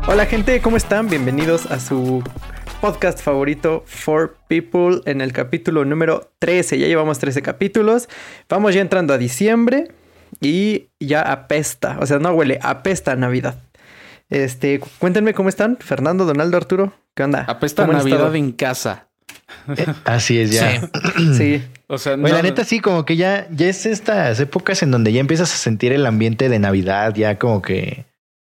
Hola gente, ¿cómo están? Bienvenidos a su podcast favorito For People en el capítulo número 13. Ya llevamos 13 capítulos. Vamos ya entrando a diciembre y ya apesta, o sea, no huele, apesta a Navidad. Cuéntenme cómo están, Fernando, Donaldo, Arturo, ¿qué onda? Apesta Navidad en casa. Así es ya. Sí. O sea, la neta sí, como que ya es estas épocas en donde ya empiezas a sentir el ambiente de Navidad, ya como que...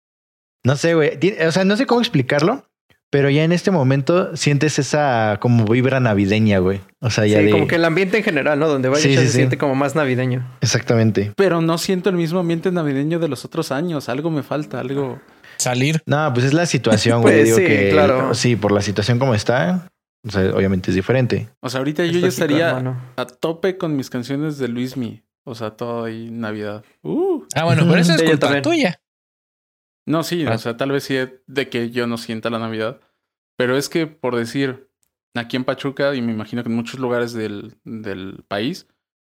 No sé, güey. O sea, no sé cómo explicarlo, pero ya en este momento sientes esa como vibra navideña, güey. O sea, ya sí, como que el ambiente en general, ¿no? Donde vayas se siente como más navideño. Exactamente. Pero no siento el mismo ambiente navideño de los otros años. Algo me falta, algo... Salir. No, pues es la situación, güey. Pues digo sí, que claro. Sí, por la situación como está, o sea, obviamente es diferente. O sea, ahorita yo ya estaría a tope con mis canciones de Luismi. O sea, todo ahí Navidad. Ah, bueno, pero eso es culpa tuya. No, sí, o sea, tal vez sí de que yo no sienta la Navidad. Pero es que, por decir, aquí en Pachuca, y me imagino que en muchos lugares del país,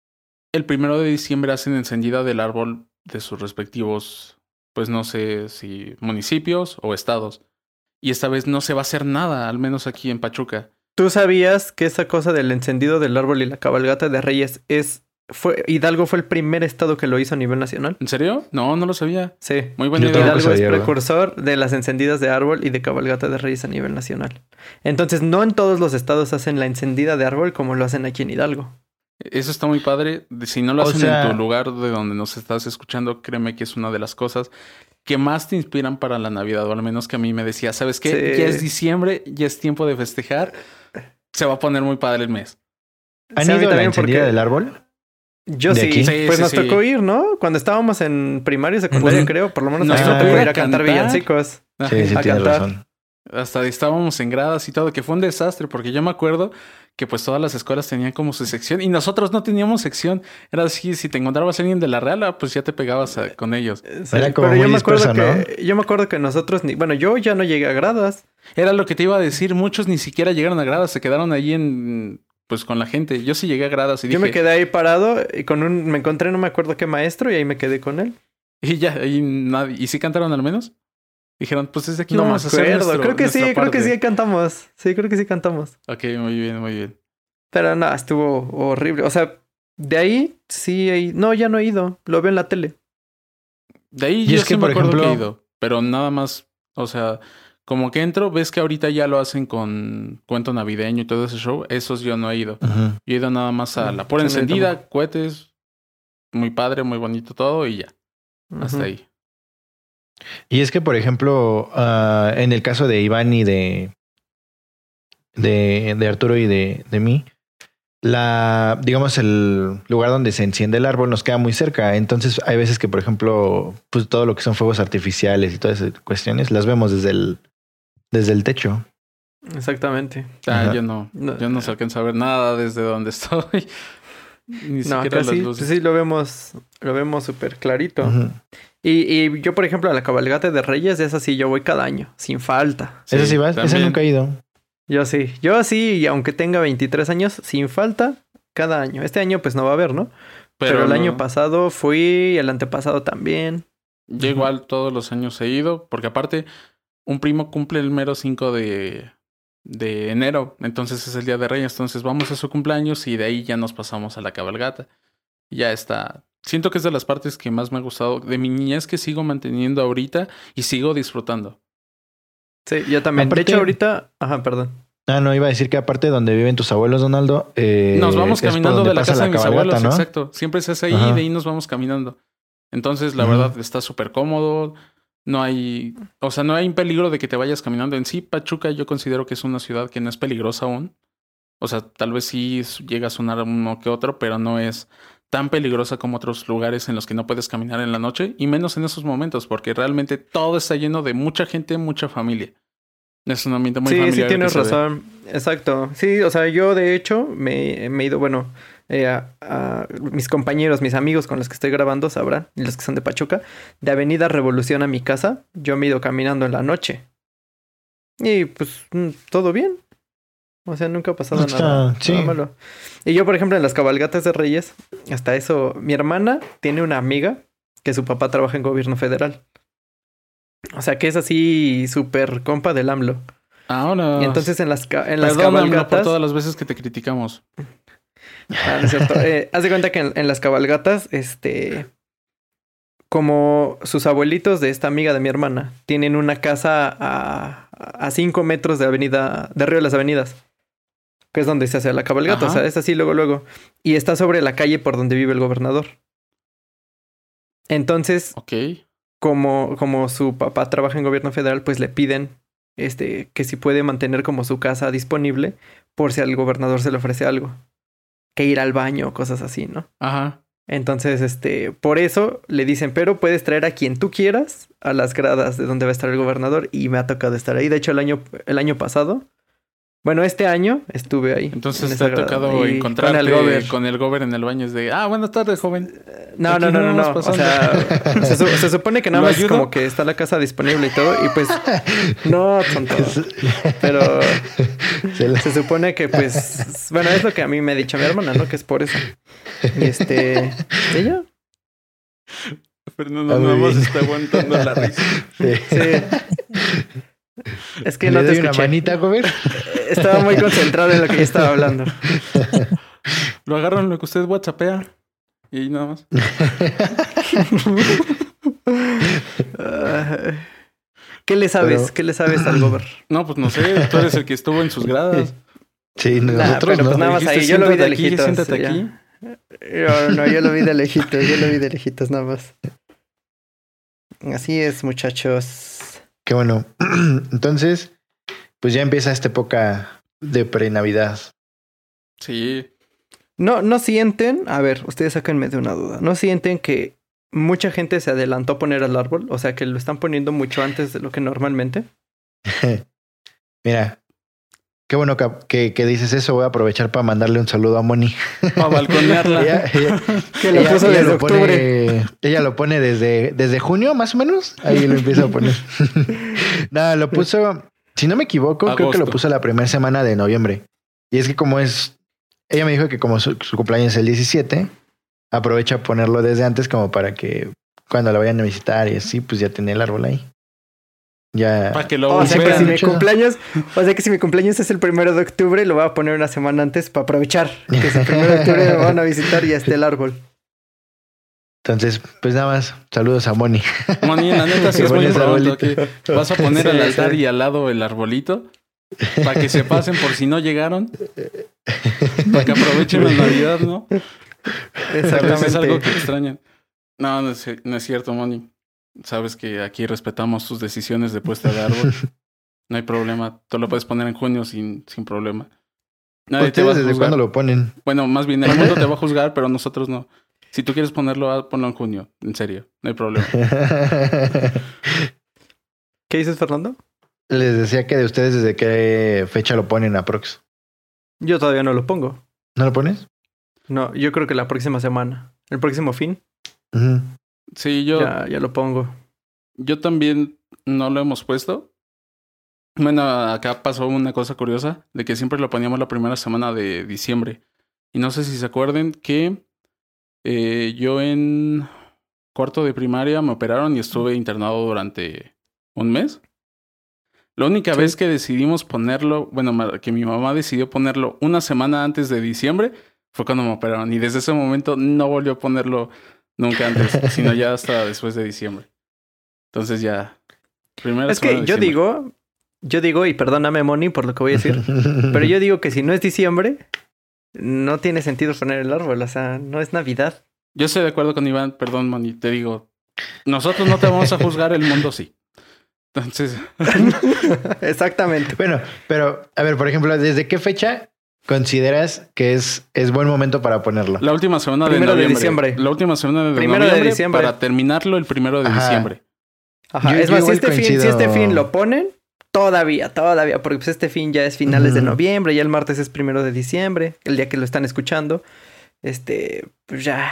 el 1 de diciembre hacen encendida del árbol de sus respectivos, pues no sé si municipios o estados. Y esta vez no se va a hacer nada, al menos aquí en Pachuca. ¿Tú sabías que esa cosa del encendido del árbol y la cabalgata de Reyes Hidalgo fue el primer estado que lo hizo a nivel nacional? ¿En serio? No, no lo sabía. Sí. Muy buena idea. Hidalgo es precursor de las encendidas de árbol y de cabalgata de Reyes a nivel nacional. Entonces, no en todos los estados hacen la encendida de árbol como lo hacen aquí en Hidalgo. Eso está muy padre. Si no lo hacen en tu lugar de donde nos estás escuchando, créeme que es una de las cosas que más te inspiran para la Navidad. O al menos que a mí me decía, ¿sabes qué? Sí. Ya es diciembre, ya es tiempo de festejar. Se va a poner muy padre el mes. ¿Han ido a la encendida del árbol? Yo sí. Pues nos tocó ir, ¿no? Cuando estábamos en primaria y secundaria, creo. Por lo menos nos tocó ir a cantar villancicos. Sí, tienes razón. Hasta estábamos en gradas y todo, que fue un desastre, porque yo me acuerdo que pues todas las escuelas tenían como su sección y nosotros no teníamos sección. Era así, si te encontrabas a alguien de la Real, pues ya te pegabas con ellos. Sí, era como pero muy disperso, ¿no? Yo me acuerdo que nosotros, yo ya no llegué a gradas. Era lo que te iba a decir, muchos ni siquiera llegaron a gradas, se quedaron ahí pues con la gente. Yo sí llegué a gradas y dije... Yo me quedé ahí parado y me encontré no me acuerdo qué maestro y ahí me quedé con él. Y ya, ahí nadie... ¿Y sí cantaron al menos? Dijeron, pues desde aquí no vamos a hacer creo que sí cantamos. Sí, creo que sí cantamos. Ok, muy bien, muy bien. Pero no, estuvo horrible. O sea, de ahí sí... No, ya no he ido. Lo veo en la tele. De ahí yo sí me acuerdo que he ido. Pero nada más, o sea... Como que entro, ves que ahorita ya lo hacen con cuento navideño y todo ese show. Esos yo no he ido. Yo he ido nada más a la pura encendida, cohetes. Muy padre, muy bonito todo y ya. Hasta ahí. Y es que, por ejemplo, en el caso de Iván y de Arturo y de mí, digamos, el lugar donde se enciende el árbol nos queda muy cerca. Entonces hay veces que, por ejemplo, pues todo lo que son fuegos artificiales y todas esas cuestiones las vemos desde el techo. Exactamente. Yo no se alcanza a ver nada desde donde estoy. Ni siquiera las luces. Sí, lo vemos súper clarito. Y yo, por ejemplo, a la cabalgata de Reyes, esa sí, yo voy cada año, sin falta. ¿Esa sí vas? Esa nunca he ido. Yo sí, y aunque tenga 23 años, sin falta, cada año. Este año pues no va a haber, ¿no? Pero el año pasado fui, el antepasado también. Yo igual todos los años he ido, porque aparte, un primo cumple el mero 5 de enero, entonces es el Día de Reyes, entonces vamos a su cumpleaños y de ahí ya nos pasamos a la cabalgata. Ya está. Siento que es de las partes que más me ha gustado de mi niñez que sigo manteniendo ahorita y sigo disfrutando. Sí, yo también. Aparte, de hecho, ahorita... Ajá, perdón. No, iba a decir que aparte de donde viven tus abuelos, Donaldo... nos vamos caminando de la casa de mis abuelos, ¿no? Exacto. Siempre se hace ahí y de ahí nos vamos caminando. Entonces, la verdad, está súper cómodo. No hay... O sea, no hay peligro de que te vayas caminando. En sí, Pachuca yo considero que es una ciudad que no es peligrosa aún. O sea, tal vez sí llega a sonar uno que otro, pero no es tan peligrosa como otros lugares en los que no puedes caminar en la noche. Y menos en esos momentos, porque realmente todo está lleno de mucha gente, mucha familia. Es un ambiente muy familiar. Sí, tienes razón. Exacto. Sí, o sea, yo de hecho me he ido, a mis compañeros, mis amigos con los que estoy grabando sabrán, y los que son de Pachuca, de Avenida Revolución a mi casa, yo me he ido caminando en la noche. Y pues todo bien. O sea, nunca ha pasado nada malo. Y yo, por ejemplo, en las cabalgatas de Reyes, hasta eso, mi hermana tiene una amiga que su papá trabaja en gobierno federal. O sea, que es así súper compa del AMLO. Ahora. Y entonces en las Perdón, cabalgatas... por todas las veces que te criticamos. No es cierto. Haz de cuenta que en las cabalgatas, como sus abuelitos de esta amiga de mi hermana, tienen una casa a 5 metros de avenida, de Río de las Avenidas, que es donde se hace la cabalgata. Ajá. O sea, es así luego. Y está sobre la calle por donde vive el gobernador. Entonces, como su papá trabaja en gobierno federal, pues le piden que si puede mantener como su casa disponible por si al gobernador se le ofrece algo. Que ir al baño, cosas así, ¿no? Ajá. Entonces, por eso le dicen, pero puedes traer a quien tú quieras a las gradas de donde va a estar el gobernador. Y me ha tocado estar ahí. De hecho, el año pasado, bueno, este año estuve ahí. Entonces te ha tocado encontrarte con el gober en el baño. Es de, buenas tardes, joven. No. O sea, se supone que nada más como que está la casa disponible y todo. Y pues, no, tonto. Pero se supone que pues, bueno, es lo que a mí me ha dicho mi hermana, ¿no? Que es por eso. Y ¿ella? Fernando nada más está aguantando la risa. Sí. Es que no te escuché. ¿Una manita, gober? Estaba muy concentrado en lo que yo estaba hablando. Lo agarran lo que usted whatsappea. Y ahí nada más. ¿Qué le sabes? ¿Qué le sabes al gober? No, pues no sé. Tú eres el que estuvo en sus gradas. Sí, nosotros pero no. Pues nada más ahí. Yo lo vi de lejitos. Siéntate aquí. Yo lo vi de lejitos. Nada más. Así es, muchachos. Qué bueno. Entonces, pues ya empieza esta época de pre-Navidad. Sí. No sienten, a ver, ustedes sáquenme de una duda. ¿No sienten que mucha gente se adelantó a poner el árbol? O sea, que lo están poniendo mucho antes de lo que normalmente. Mira, qué bueno que dices eso. Voy a aprovechar para mandarle un saludo a Moni. Para balconearla. Que lo puso desde octubre. Ella lo pone desde junio, más o menos. Ahí lo empieza a poner. Nada, lo puso, si no me equivoco, agosto. Creo que lo puso la primera semana de noviembre. Y es que ella me dijo que como su cumpleaños es el 17, aprovecha a ponerlo desde antes como para que cuando la vayan a visitar y así, pues ya tenía el árbol ahí. Ya. Para que lo o sea que si mi cumpleaños es el 1 de octubre, lo voy a poner una semana antes para aprovechar que es el 1 de octubre me van a visitar y ya esté el árbol. Entonces, pues nada más, saludos a Moni. Moni, la neta sí es muy importante que vas a poner al altar y al lado el arbolito para que se pasen por si no llegaron, para que aprovechen la Navidad, ¿no? Exactamente. Es algo que extrañan. No es cierto, Moni. Sabes que aquí respetamos tus decisiones de puesta de árbol. No hay problema. Tú lo puedes poner en junio sin problema. Nadie te va a juzgar. ¿Desde cuándo lo ponen? Bueno, más bien el mundo te va a juzgar, pero nosotros no. Si tú quieres ponlo en junio. En serio. No hay problema. ¿Qué dices, Fernando? Les decía que de ustedes desde qué fecha lo ponen aprox. Yo todavía no lo pongo. ¿No lo pones? No, yo creo que la próxima semana. El próximo fin. Uh-huh. Sí, yo... Ya lo pongo. Yo también no lo hemos puesto. Bueno, acá pasó una cosa curiosa. De que siempre lo poníamos la primera semana de diciembre. Y no sé si se acuerden que... yo en cuarto de primaria me operaron y estuve internado durante un mes. La única vez que decidimos ponerlo... Bueno, que mi mamá decidió ponerlo una semana antes de diciembre... Fue cuando me operaron. Y desde ese momento no volvió a ponerlo... Nunca antes, sino ya hasta después de diciembre. Entonces ya... Es que yo digo, y perdóname, Moni, por lo que voy a decir, pero yo digo que si no es diciembre, no tiene sentido poner el árbol. O sea, no es Navidad. Yo estoy de acuerdo con Iván. Perdón, Moni, te digo... Nosotros no te vamos a juzgar, el mundo sí. Entonces... Exactamente. Bueno, pero, a ver, por ejemplo, ¿desde qué fecha consideras que es buen momento para ponerlo? La última semana de noviembre. De diciembre. La última semana de noviembre para terminarlo el 1 de diciembre. Ajá. Es más, si este fin lo ponen, todavía, porque pues este fin ya es finales de noviembre, ya el martes es 1 de diciembre, el día que lo están escuchando. Pues ya.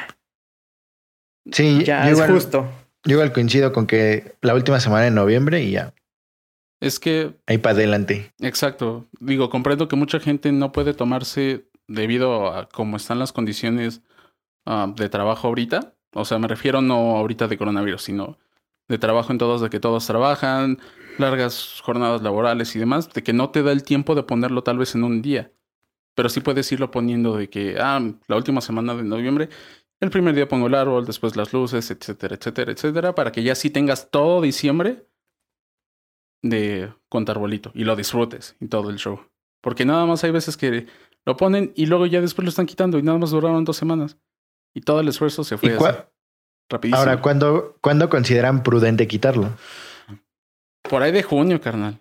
Sí, ya es justo. Yo igual coincido con que la última semana de noviembre y ya. Es que... ahí para adelante. Exacto. Digo, comprendo que mucha gente no puede tomarse debido a cómo están las condiciones de trabajo ahorita. O sea, me refiero no ahorita de coronavirus, sino de trabajo en todos, de que todos trabajan, largas jornadas laborales y demás, de que no te da el tiempo de ponerlo tal vez en un día. Pero sí puedes irlo poniendo de que, la última semana de noviembre, el primer día pongo el árbol, después las luces, etcétera, etcétera, etcétera, para que ya sí tengas todo diciembre con tu arbolito y lo disfrutes y todo el show. Porque nada más hay veces que lo ponen y luego ya después lo están quitando y nada más duraron 2 semanas. Y todo el esfuerzo se fue así, rapidísimo. Ahora, ¿cuándo consideran prudente quitarlo? Por ahí de junio, carnal.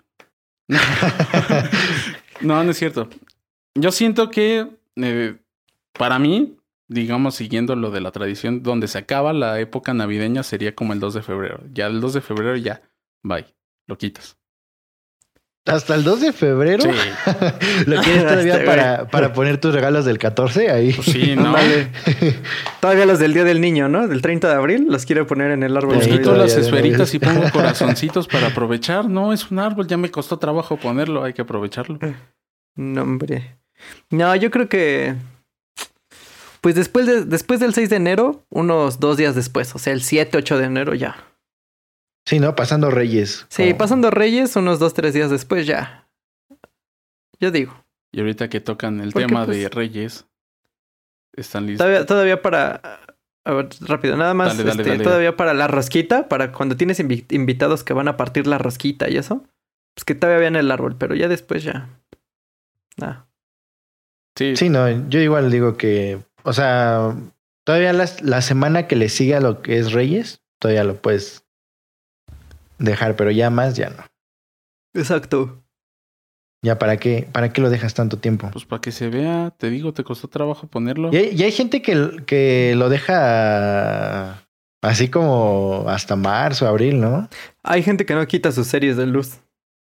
No es cierto. Yo siento que para mí, digamos, siguiendo lo de la tradición, donde se acaba la época navideña sería como el 2 de febrero. Ya el 2 de febrero ya, bye, lo quitas. ¿Hasta el 2 de febrero? Sí. ¿Lo quieres todavía para poner tus regalos del 14 ahí? Pues sí, ¿no? Todavía los del Día del Niño, ¿no? Del 30 de abril los quiero poner en el árbol. Pues quito las esferitas y pongo corazoncitos para aprovechar. No, es un árbol, ya me costó trabajo ponerlo, hay que aprovecharlo. No, hombre. No, yo creo que... Pues después del 6 de enero, unos 2 días después. O sea, el 7, 8 de enero ya. Sí, ¿no? Pasando Reyes. Sí, pasando Reyes, unos 2, 3 días después ya. Yo digo. Y ahorita que tocan el tema de Reyes, están listos. Todavía para... A ver, rápido, nada más. Dale. Todavía para la rosquita, para cuando tienes invitados que van a partir la rosquita y eso. Pues que todavía vean el árbol, pero ya después ya... Nada. Sí, no, yo igual digo que... O sea, todavía la semana que le sigue a lo que es Reyes, todavía lo puedes... dejar, pero ya más, ya no. Exacto. Ya, ¿para qué lo dejas tanto tiempo? Pues para que se vea, te digo, te costó trabajo ponerlo. Y hay gente que lo deja así como hasta marzo, abril, ¿no? Hay gente que no quita sus series de luz.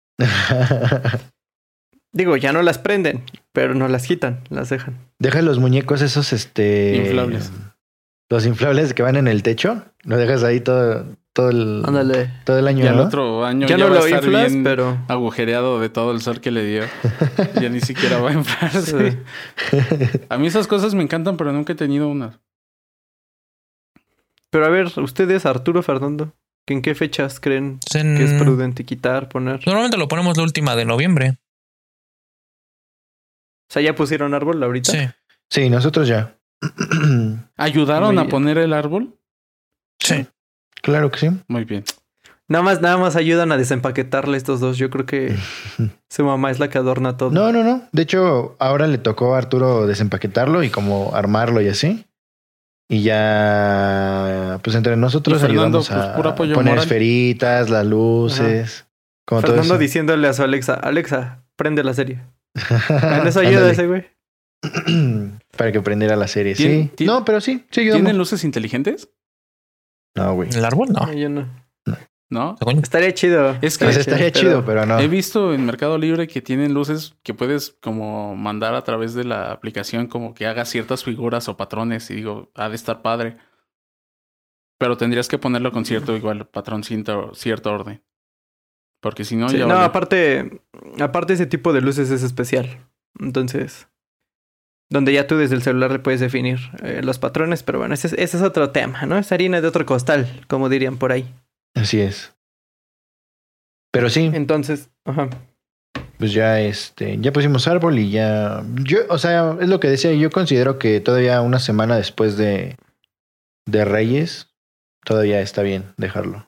Digo, ya no las prenden, pero no las quitan, las dejan. Deja los muñecos esos, inflables. Los inflables que van en el techo, lo dejas ahí todo el año. Y al otro año ya no va lo a estar inflas, bien pero agujereado de todo el sol que le dio. Ya ni siquiera va a inflarse. A mí esas cosas me encantan, pero nunca he tenido una. Pero a ver, ustedes, Arturo, Fernando, ¿en qué fechas creen que es prudente quitar, poner? Normalmente lo ponemos la última de noviembre. O sea, ¿ya pusieron árbol ahorita? Sí. Sí, nosotros ya. ¿Ayudaron a poner el árbol? Sí. Claro que sí. Muy bien. Nada más ayudan a desempaquetarle estos dos. Yo creo que su mamá es la que adorna todo. No. De hecho, ahora le tocó a Arturo desempaquetarlo y como armarlo y así. Y ya, pues entre nosotros Fernando, ayudamos a poner moral. Esferitas, las luces. Como Fernando todo eso. diciéndole a su Alexa, prende la serie. En eso ayuda ese güey. Para que prendiera la serie, sí. No, pero sí ayudamos. ¿Tienen luces inteligentes? No, güey. ¿El árbol? No. Yo no. ¿No? Estaría chido. Es que estaría chido, pero no. He visto en Mercado Libre que tienen luces que puedes como mandar a través de la aplicación como que haga ciertas figuras o patrones y digo, ha de estar padre. Pero tendrías que ponerlo con cierto patrón, cierto orden. Porque si no, sí, ya no, vale. aparte ese tipo de luces es especial. Entonces, donde ya tú desde el celular le puedes definir los patrones, pero bueno, ese es otro tema, ¿no? Es harina de otro costal, como dirían por ahí. Así es. Pero sí. Entonces, pues ya ya pusimos árbol y ya... o sea, es lo que decía, yo considero que todavía una semana después de Reyes, todavía está bien dejarlo.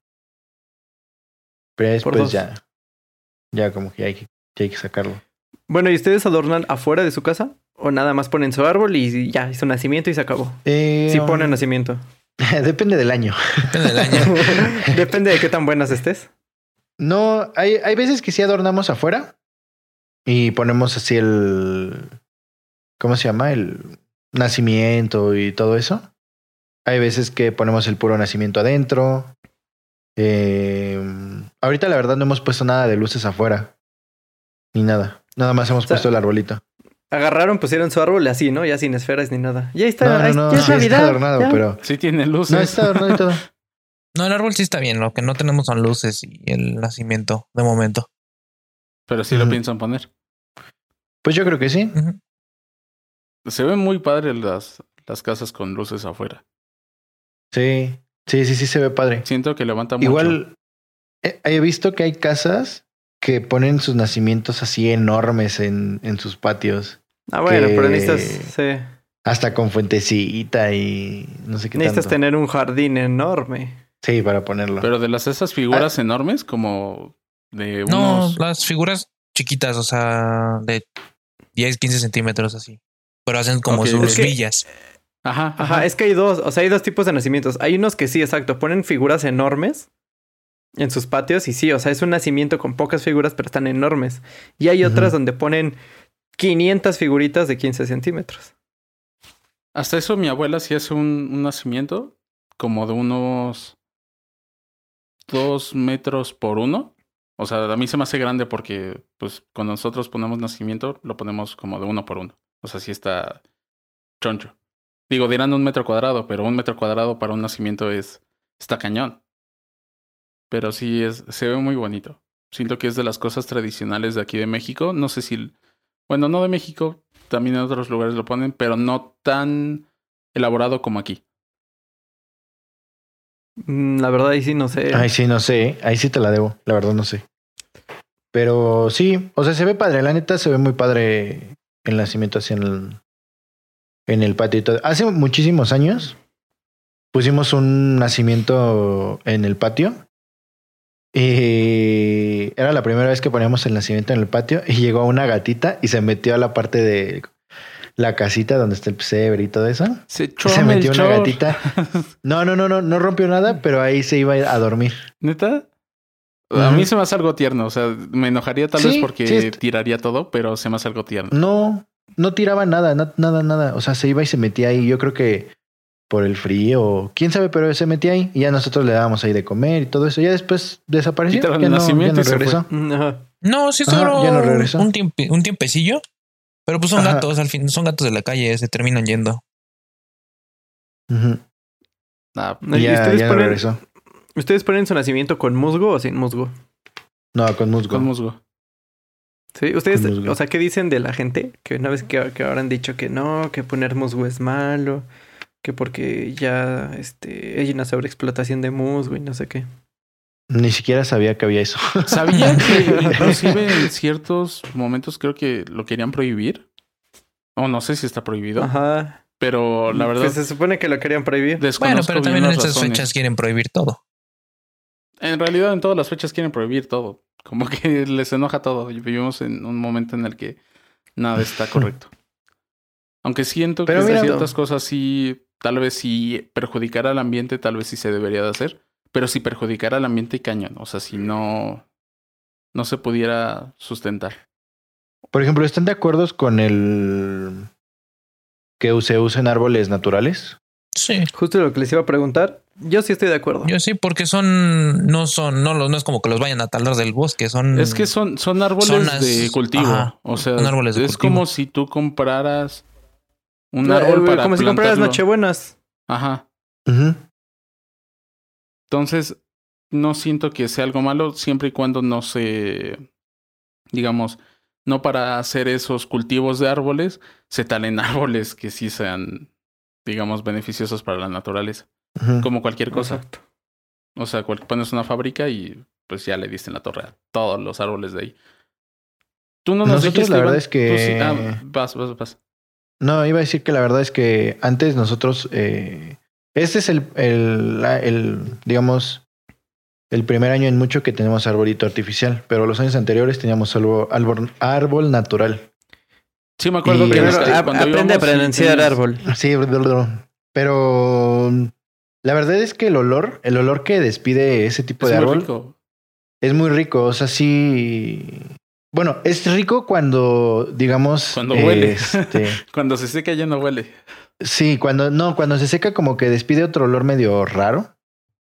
Pero después ya como que hay que sacarlo. Bueno, ¿y ustedes adornan afuera de su casa? ¿O nada más ponen su árbol y ya, hizo nacimiento y se acabó? Sí ponen nacimiento. Depende del año. Depende del año. Depende de qué tan buenas estés. No, hay veces que sí adornamos afuera y ponemos así ¿cómo se llama? El nacimiento y todo eso. Hay veces que ponemos el puro nacimiento adentro. Ahorita la verdad no hemos puesto nada de luces afuera. Ni nada. Nada más hemos puesto el arbolito. Agarraron, pusieron su árbol así, ¿no? Ya sin esferas ni nada. Ya está, no, ya es sí Navidad. Está adornado, ya. Pero... Sí tiene luces. No, está adornado y todo. No, el árbol sí está bien. Lo que no tenemos son luces y el nacimiento de momento. Pero sí lo piensan poner. Pues yo creo que sí. Se ven muy padres las casas con luces afuera. Sí. Sí, se ve padre. Siento que levanta mucho. Igual he visto que hay casas que ponen sus nacimientos así enormes en sus patios. Bueno, pero necesitas... Sí. Hasta con fuentecita y no sé qué necesitas tanto. tener un jardín enorme. Sí, para ponerlo. Pero de esas figuras enormes, como de unos... No, las figuras chiquitas, o sea, de 10, 15 centímetros así. Pero hacen como sus villas. Ajá, es que hay dos tipos de nacimientos. Hay unos que sí, exacto, ponen figuras enormes en sus patios y sí, o sea, es un nacimiento con pocas figuras, pero están enormes. Y hay otras donde ponen 500 figuritas de 15 centímetros. Hasta eso mi abuela sí hace un nacimiento como de unos 2 metros por 1. O sea, a mí se me hace grande porque pues cuando nosotros ponemos nacimiento lo ponemos como de 1 por 1. O sea, sí está choncho. Digo, dirán 1 metro cuadrado, pero 1 metro cuadrado para un nacimiento está cañón. Pero sí se ve muy bonito. Siento que es de las cosas tradicionales de aquí de México. No sé si... Bueno, no de México. También en otros lugares lo ponen, pero no tan elaborado como aquí. La verdad, ahí sí no sé. Ahí sí no sé. Ahí sí te la debo. La verdad no sé. Pero sí, o sea, se ve padre. La neta se ve muy padre el nacimiento así en el patio y todo. Hace muchísimos años pusimos un nacimiento en el patio. Y era la primera vez que poníamos el nacimiento en el patio y llegó una gatita y se metió a la parte de la casita donde está el pesebre y todo eso. Se metió una gatita. No rompió nada, pero ahí se iba a dormir. ¿Neta? A mí se me hace algo tierno. O sea, me enojaría tal vez porque tiraría todo, pero se me hace algo tierno. No tiraba nada. O sea, se iba y se metía ahí. Yo creo que por el frío, quién sabe, pero se metía ahí y ya nosotros le dábamos ahí de comer y todo eso. Ya después desapareció. Quitaron el nacimiento y regresó. No, sí duró ya no regresó. un tiempecillo, pero pues son gatos, al fin, son gatos de la calle, se terminan yendo. Ya regresó. ¿Ustedes ponen su nacimiento con musgo o sin musgo? No, con musgo. Con musgo. Sí, ustedes, o sea, ¿qué dicen de la gente? Que una vez que ahora han dicho que no, que poner musgo es malo, que porque ya hay una sobreexplotación de musgo y no sé qué. Ni siquiera sabía que había eso. ¿Sabía que inclusive en ciertos momentos creo que lo querían prohibir? O no sé si está prohibido. Ajá. Pero la verdad... Pues se supone que lo querían prohibir. Bueno, pero también en esas fechas quieren prohibir todo. En realidad en todas las fechas quieren prohibir todo. Como que les enoja todo. Vivimos en un momento en el que nada está correcto. Aunque siento que ciertas cosas sí... Tal vez si perjudicara al ambiente, tal vez sí se debería de hacer. Pero si perjudicara al ambiente, cañón. O sea, si no se pudiera sustentar. Por ejemplo, ¿están de acuerdo con el que se usen árboles naturales? Sí. Justo lo que les iba a preguntar. Yo sí estoy de acuerdo. Yo sí, porque no es como que los vayan a talar del bosque, Es que son árboles de cultivo. Ajá, o sea, son árboles de es cultivo. Como si tú compraras un árbol para como si compraras nochebuenas. Ajá. Uh-huh. Entonces, no siento que sea algo malo siempre y cuando no se, digamos, no para hacer esos cultivos de árboles, se talen árboles que sí sean, digamos, beneficiosos para la naturaleza. Uh-huh. Como cualquier cosa. Exacto. O sea, pones una fábrica y pues ya le diste en la torre a todos los árboles de ahí. Tú no nos dijiste, la verdad es que... Sí. Vas. No, iba a decir que la verdad es que antes nosotros... este es digamos, el primer año en mucho que tenemos arbolito artificial, pero los años anteriores teníamos árbol natural. Sí, me acuerdo que aprende a pronunciar árbol. Sí, pero la verdad es que el olor que despide ese tipo de árbol rico. Es muy rico. O sea, sí. Bueno, es rico cuando, digamos, cuando huele. Cuando se seca ya no huele. Sí, cuando se seca como que despide otro olor medio raro.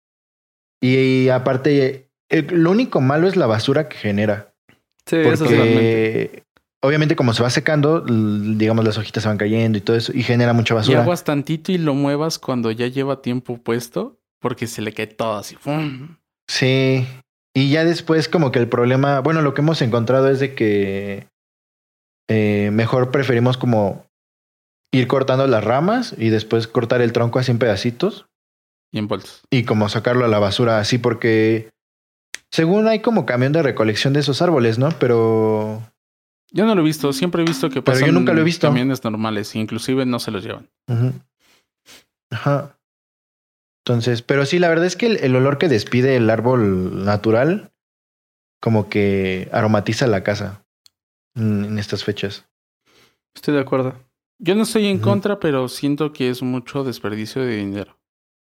Y aparte, lo único malo es la basura que genera. Sí, porque eso es obviamente como se va secando, digamos, las hojitas se van cayendo y todo eso y genera mucha basura. Y aguas tantito y lo muevas cuando ya lleva tiempo puesto porque se le cae todo así. ¡Fum! Sí. Y ya después como que el problema, bueno, lo que hemos encontrado es de que mejor preferimos como ir cortando las ramas y después cortar el tronco así en pedacitos Y envueltos. Y como sacarlo a la basura así, porque según hay como camión de recolección de esos árboles, ¿no? Pero... Yo no lo he visto. Siempre he visto que pasan pero yo nunca lo he visto. Camiones normales. Inclusive no se los llevan. Uh-huh. Ajá. Entonces, pero sí, la verdad es que el olor que despide el árbol natural como que aromatiza la casa en estas fechas. Estoy de acuerdo. Yo no estoy en contra, pero siento que es mucho desperdicio de dinero.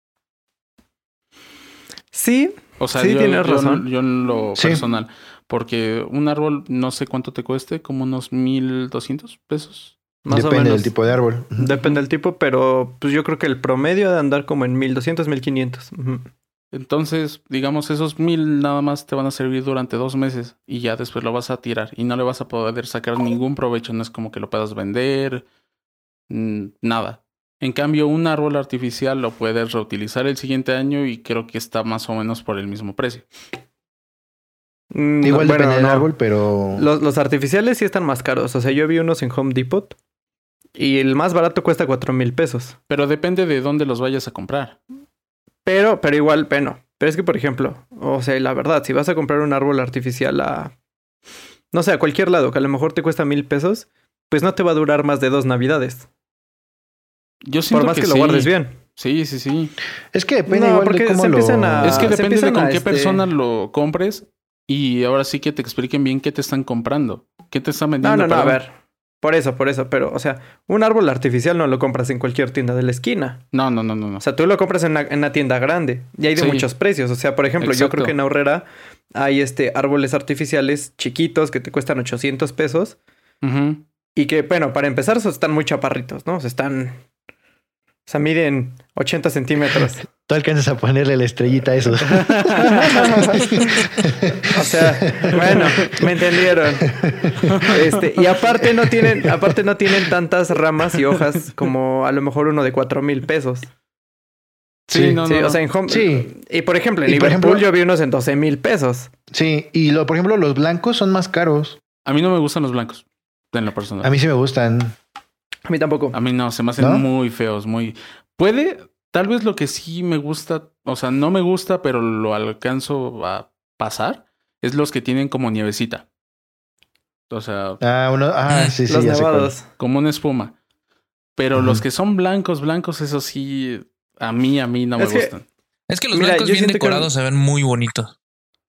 Sí, o sea, sí, tienes razón. Yo en lo personal. Porque un árbol, no sé cuánto te cueste, como unos 1,200 pesos. Más Depende o menos. del tipo de árbol. Depende del tipo, pero pues yo creo que el promedio ha de andar como en 1,200, 1,500. Entonces, digamos, esos 1,000 nada más te van a servir durante 2 meses y ya después lo vas a tirar y no le vas a poder sacar ningún provecho. No es como que lo puedas vender, nada. En cambio, un árbol artificial lo puedes reutilizar el siguiente año y creo que está más o menos por el mismo precio. Igual depende del árbol, pero... Los artificiales sí están más caros. O sea, yo vi unos en Home Depot y el más barato cuesta 4,000 pesos. Pero depende de dónde los vayas a comprar. Pero igual, bueno. Pero es que, por ejemplo, o sea, la verdad, si vas a comprar un árbol artificial no sé, a cualquier lado, que a lo mejor te cuesta 1,000 pesos, pues no te va a durar más de 2 navidades. Yo siento por más que sí. lo guardes bien. Sí. Es que depende igual porque de cómo Es que depende de con qué persona lo compres y ahora sí que te expliquen bien qué te están comprando. ¿Qué te están vendiendo? No, a ver. Por eso. Pero, o sea, un árbol artificial no lo compras en cualquier tienda de la esquina. No. O sea, tú lo compras en una tienda grande y hay de muchos precios. O sea, por ejemplo, yo creo que en Aurrera hay árboles artificiales chiquitos que te cuestan 800 pesos. Uh-huh. Y que, bueno, para empezar, están muy chaparritos, ¿no? O sea, miden 80 centímetros. Tú alcanzas a ponerle la estrellita a eso. O sea, bueno, me entendieron. Y aparte no tienen tantas ramas y hojas como a lo mejor uno de 4,000 pesos. Sí, no. O sea, en Home... Sí. Y por ejemplo, en Liverpool yo vi unos en 12,000 pesos. Sí, y por ejemplo, los blancos son más caros. A mí no me gustan los blancos, en lo personal. A mí sí me gustan. A mí tampoco. A mí no, se me hacen muy feos, tal vez lo que sí me gusta, o sea, no me gusta, pero lo alcanzo a pasar, es los que tienen como nievecita. O sea... sí, los nevados. Como una espuma. Pero los que son blancos, eso sí, a mí no me gustan. Es que los blancos bien decorados se ven muy bonitos.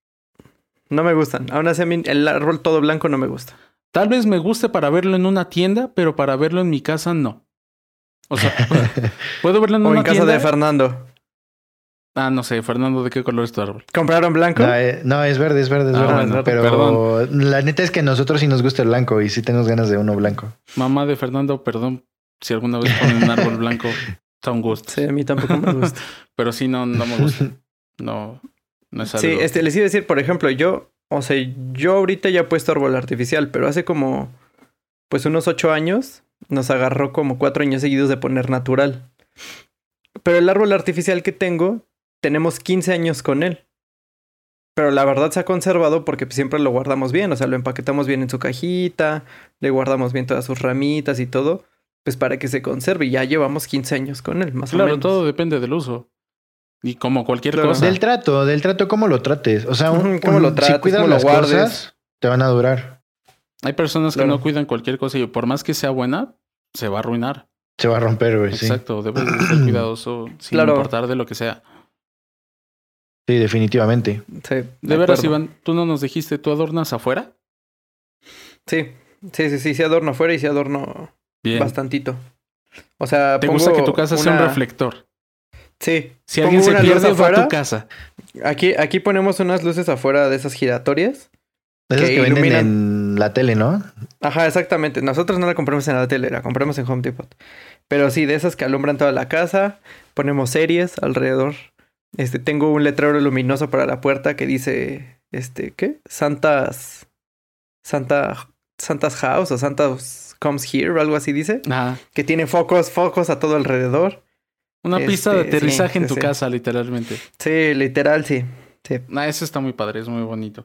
No me gustan. Aún así, a mí el árbol todo blanco no me gusta. Tal vez me guste para verlo en una tienda, pero para verlo en mi casa no. O sea, puedo verlo en una tienda. O en casa de Fernando. No sé, Fernando, ¿de qué color es tu árbol? ¿Compraron blanco? No, es verde. Bueno, pero perdón. La neta es que a nosotros sí nos gusta el blanco y sí tenemos ganas de uno blanco. Mamá de Fernando, perdón si alguna vez ponen un árbol blanco, está un gusto. Sí, a mí tampoco me gusta. Pero sí, no me gusta. No es algo. Sí, les iba a decir, por ejemplo, yo ahorita ya he puesto árbol artificial, pero hace como, pues unos 8 años nos agarró como 4 años seguidos de poner natural. Pero el árbol artificial que tenemos 15 años con él. Pero la verdad se ha conservado porque siempre lo guardamos bien. O sea, lo empaquetamos bien en su cajita, le guardamos bien todas sus ramitas y todo, pues para que se conserve. Y ya llevamos 15 años con él, más o menos. Claro, todo depende del uso. Y como cualquier cosa. Del trato, cómo lo trates. O sea, cómo lo trates, si cuidas las cosas, te van a durar. Hay personas que no cuidan cualquier cosa y por más que sea buena, se va a arruinar. Se va a romper, güey. Exacto, debes de ser cuidadoso sin importar de lo que sea. Sí, definitivamente. Sí, de veras, Iván, ¿tú no nos dijiste, tú adornas afuera? Sí, adorno afuera y sí adorno bastantito. O sea, ¿te gusta que tu casa sea un reflector? Sí. Si alguien se pierde, va a tu casa. Aquí ponemos unas luces afuera de esas giratorias. De esas que venden en la tele, ¿no? Ajá, exactamente. Nosotros no la compramos en la tele, la compramos en Home Depot. Pero sí, de esas que alumbran toda la casa. Ponemos series alrededor. Tengo un letrero luminoso para la puerta que dice, ¿qué? Santa's House o Santa's Comes Here o algo así dice. Ajá. Que tiene focos a todo alrededor. Una pista de aterrizaje en tu casa, literalmente. Sí, literal, sí. Eso está muy padre, es muy bonito.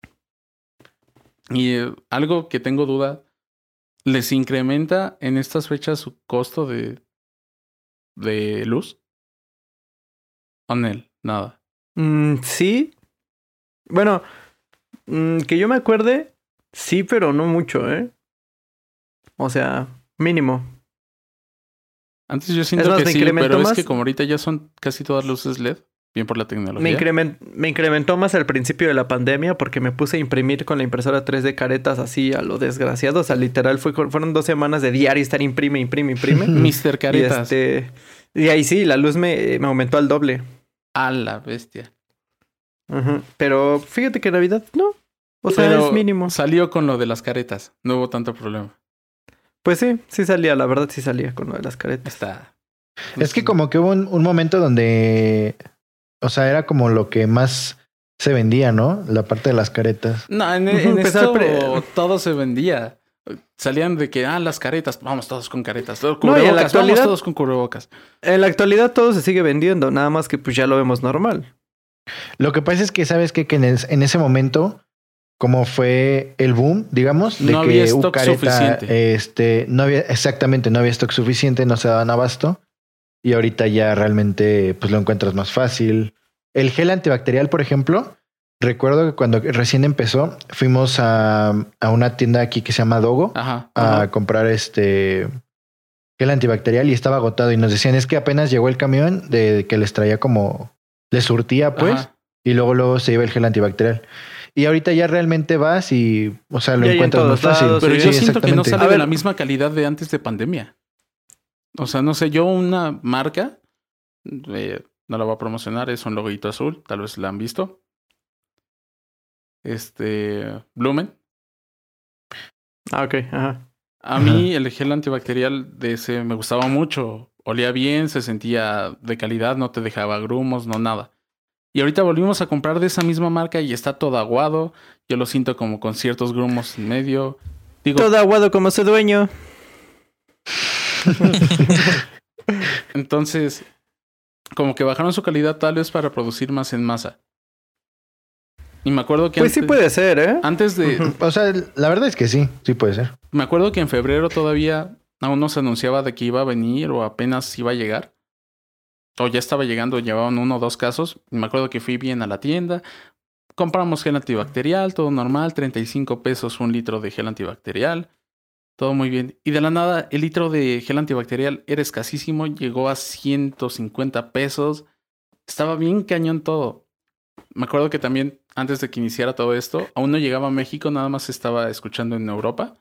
Y algo que tengo duda, ¿les incrementa en estas fechas su costo de luz? Anel, nada. Sí. Bueno, que yo me acuerde, sí, pero no mucho, ¿eh? O sea, mínimo. Antes yo siento que sí, pero es que como ahorita ya son casi todas luces LED, bien por la tecnología. Me incrementó más al principio de la pandemia porque me puse a imprimir con la impresora 3D caretas así a lo desgraciado. O sea, literal fueron 2 semanas de diario estar imprime. Mr. Caretas. Y ahí sí, la luz me aumentó al doble. A la bestia. Pero fíjate que Navidad no. O sea, es mínimo. Salió con lo de las caretas. No hubo tanto problema. Pues sí salía, la verdad sí salía con lo de las caretas. Es que como que hubo un momento donde, o sea, era como lo que más se vendía, ¿no? La parte de las caretas. No, en esto todo se vendía. Salían de que, las caretas, vamos todos con caretas. Cubrebocas, vamos todos con cubrebocas. En la actualidad todo se sigue vendiendo, nada más que pues ya lo vemos normal. Lo que pasa es que, ¿sabes qué? Que en ese momento, como fue el boom, digamos, de no que había stock suficiente. No había stock suficiente, no se daban abasto. Y ahorita ya realmente pues lo encuentras más fácil. El gel antibacterial, por ejemplo, recuerdo que cuando recién empezó, fuimos a una tienda aquí que se llama Dogo a comprar gel antibacterial y estaba agotado. Y nos decían, es que apenas llegó el camión de que les traía como, les surtía pues, y luego se iba el gel antibacterial. Y ahorita ya realmente vas y, o sea, lo encuentras más fácil. Pero yo siento que no sale de la misma calidad de antes de pandemia. O sea, no sé, yo una marca, no la voy a promocionar, es un logoito azul, tal vez la han visto. Blumen. Ok, A mí el gel antibacterial de ese me gustaba mucho. Olía bien, se sentía de calidad, no te dejaba grumos, no nada. Y ahorita volvimos a comprar de esa misma marca y está todo aguado. Yo lo siento como con ciertos grumos en medio. Todo aguado como su dueño. Entonces, como que bajaron su calidad tal vez para producir más en masa. Y me acuerdo que sí puede ser, ¿eh? Antes de... O sea, la verdad es que sí puede ser. Me acuerdo que en febrero todavía aún no se anunciaba de que iba a venir o apenas iba a llegar. O ya estaba llegando, llevaban 1 o 2 casos. Y me acuerdo que fui bien a la tienda. Compramos gel antibacterial, todo normal. 35 pesos 1 litro de gel antibacterial. Todo muy bien. Y de la nada, el litro de gel antibacterial era escasísimo. Llegó a 150 pesos. Estaba bien cañón todo. Me acuerdo que también, antes de que iniciara todo esto, aún no llegaba a México. Nada más estaba escuchando en Europa.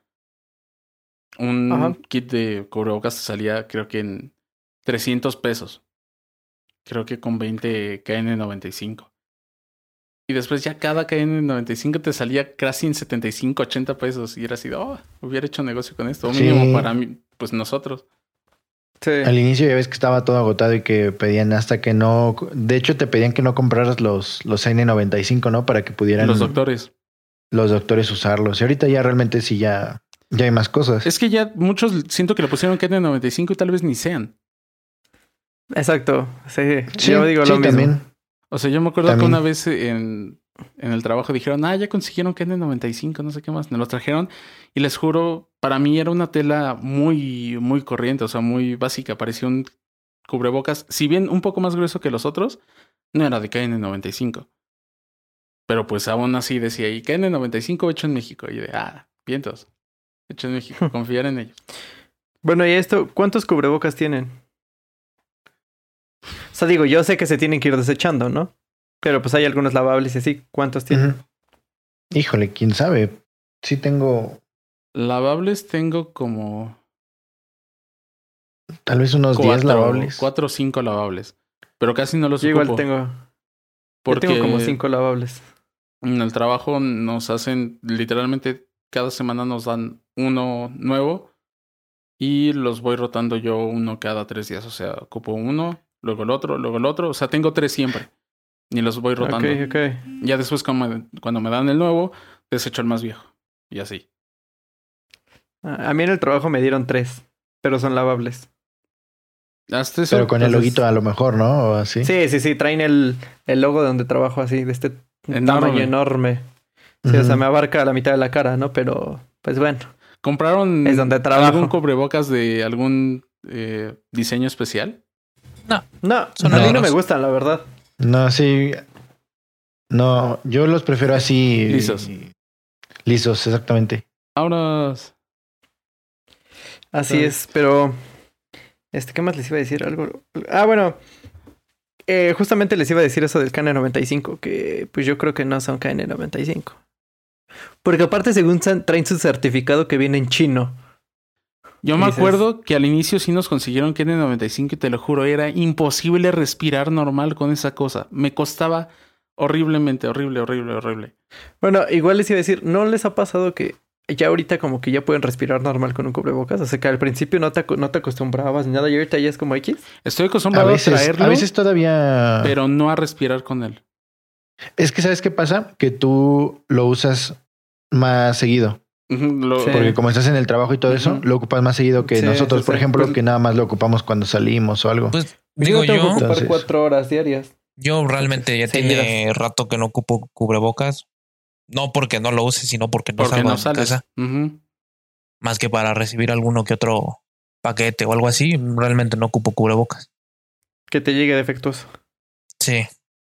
Un kit de cubrebocas salía, creo que en 300 pesos. Creo que con 20 KN95. Y después ya cada KN95 te salía casi en 75, 80 pesos. Y era así, hubiera hecho negocio con esto. O mínimo para mí, pues nosotros. Sí. Al inicio ya ves que estaba todo agotado y que pedían hasta que no... De hecho, te pedían que no compraras los N95, ¿no? Para que pudieran... Los doctores usarlos. Y ahorita ya realmente sí ya hay más cosas. Es que ya muchos siento que le pusieron KN95 y tal vez ni sean. Exacto, sí. Yo digo lo mismo. También. O sea, yo me acuerdo que una vez en el trabajo dijeron, ya consiguieron KN95, no sé qué más. Me los trajeron y les juro, para mí era una tela muy, muy corriente, o sea, muy básica. Parecía un cubrebocas, si bien un poco más grueso que los otros, no era de KN95. Pero pues aún así decía, y KN95 hecho en México. Y de, vientos, hecho en México, confiar en ellos. Bueno, y esto, ¿cuántos cubrebocas tienen? O sea, digo, yo sé que se tienen que ir desechando, ¿no? Pero pues hay algunos lavables y así. ¿Cuántos tienen? Híjole, quién sabe. Sí tengo... Lavables tengo como... Tal vez unos 10 lavables. 4 o 5 lavables. Pero casi no los ocupo. Igual tengo... Porque yo tengo como 5 lavables. En el trabajo nos hacen... Literalmente cada semana nos dan uno nuevo. Y los voy rotando yo uno cada 3 días. O sea, ocupo uno... Luego el otro. O sea, tengo 3 siempre. Y los voy rotando. Ok. Ya después, cuando me dan el nuevo, desecho el más viejo. Y así. A mí en el trabajo me dieron 3. Pero son lavables. ¿Hasta eso? Pero con el loguito a lo mejor, ¿no? O así. Sí. Traen el logo de donde trabajo así. De este tamaño enorme. Sí, o sea, me abarca la mitad de la cara, ¿no? Pero, pues bueno. ¿Compraron es donde trabajo. algún cubrebocas de algún diseño especial? No, a mí no me gustan, la verdad. No, sí. No, yo los prefiero así. Lisos. Lisos, exactamente. Vámonos. Así es, pero... ¿qué más les iba a decir? Algo... bueno. Justamente les iba a decir eso del KN95, que pues yo creo que no son KN95. Porque aparte, según traen su certificado que viene en chino. Yo me acuerdo que al inicio sí nos consiguieron KN95 y te lo juro, era imposible respirar normal con esa cosa. Me costaba horriblemente, horrible. Bueno, igual les iba a decir, ¿no les ha pasado que ya ahorita como que ya pueden respirar normal con un cubrebocas? O sea, que al principio no te acostumbrabas ni nada y ahorita ya es como X. Estoy acostumbrado a traerlo. A veces todavía... Pero no a respirar con él. Es que ¿sabes qué pasa? Que tú lo usas más seguido. Porque como estás en el trabajo y todo eso, lo ocupas más seguido que nosotros, por ejemplo, pues, que nada más lo ocupamos cuando salimos o algo. Pues digo yo... Tengo que ocupar 4 horas diarias. Yo realmente ya tiene rato que no ocupo cubrebocas. No porque no lo use, sino porque no salgo de casa. Más que para recibir alguno que otro paquete o algo así, realmente no ocupo cubrebocas. Que te llegue defectuoso. Sí.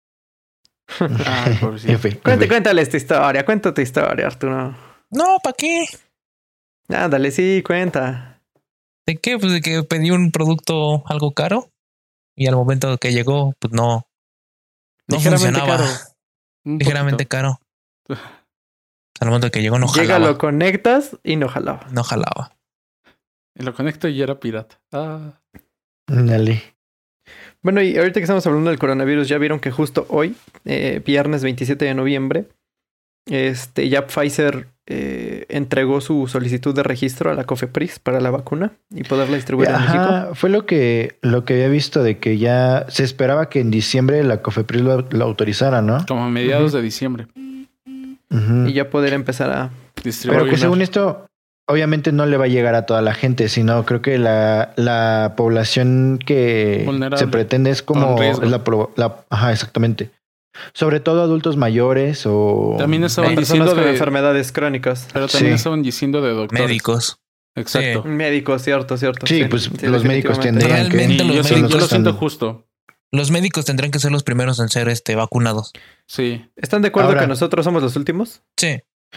Cuéntale esta historia. Cuenta tu historia, Arturo. No, ¿para qué? Ándale, sí, cuenta. ¿De qué? Pues de que pedí un producto algo caro y al momento que llegó, pues no funcionaba. Caro. Ligeramente caro. Al momento que llegó no jalaba. Llega, lo conectas y no jalaba. No jalaba. Lo conecto y era pirata. Dale. Bueno, y ahorita que estamos hablando del coronavirus, ya vieron que justo hoy, viernes 27 de noviembre, ya Pfizer entregó su solicitud de registro a la COFEPRIS para la vacuna y poderla distribuir en México. Fue lo que había visto, de que ya se esperaba que en diciembre la COFEPRIS lo autorizara, ¿no? Como a mediados de diciembre. Y ya poder empezar a distribuir. Pero que según esto, obviamente no le va a llegar a toda la gente, sino creo que la población que vulnerable, se pretende es como... exactamente. Sobre todo adultos mayores o... También estaban diciendo de enfermedades crónicas. Pero también estaban diciendo de doctores. Médicos. Exacto. Sí. Médicos, cierto. Sí, pues los médicos tendrían que... Yo lo siento justo. Los médicos tendrán que ser los primeros en ser vacunados. Sí. ¿Están de acuerdo que nosotros somos los últimos? Sí.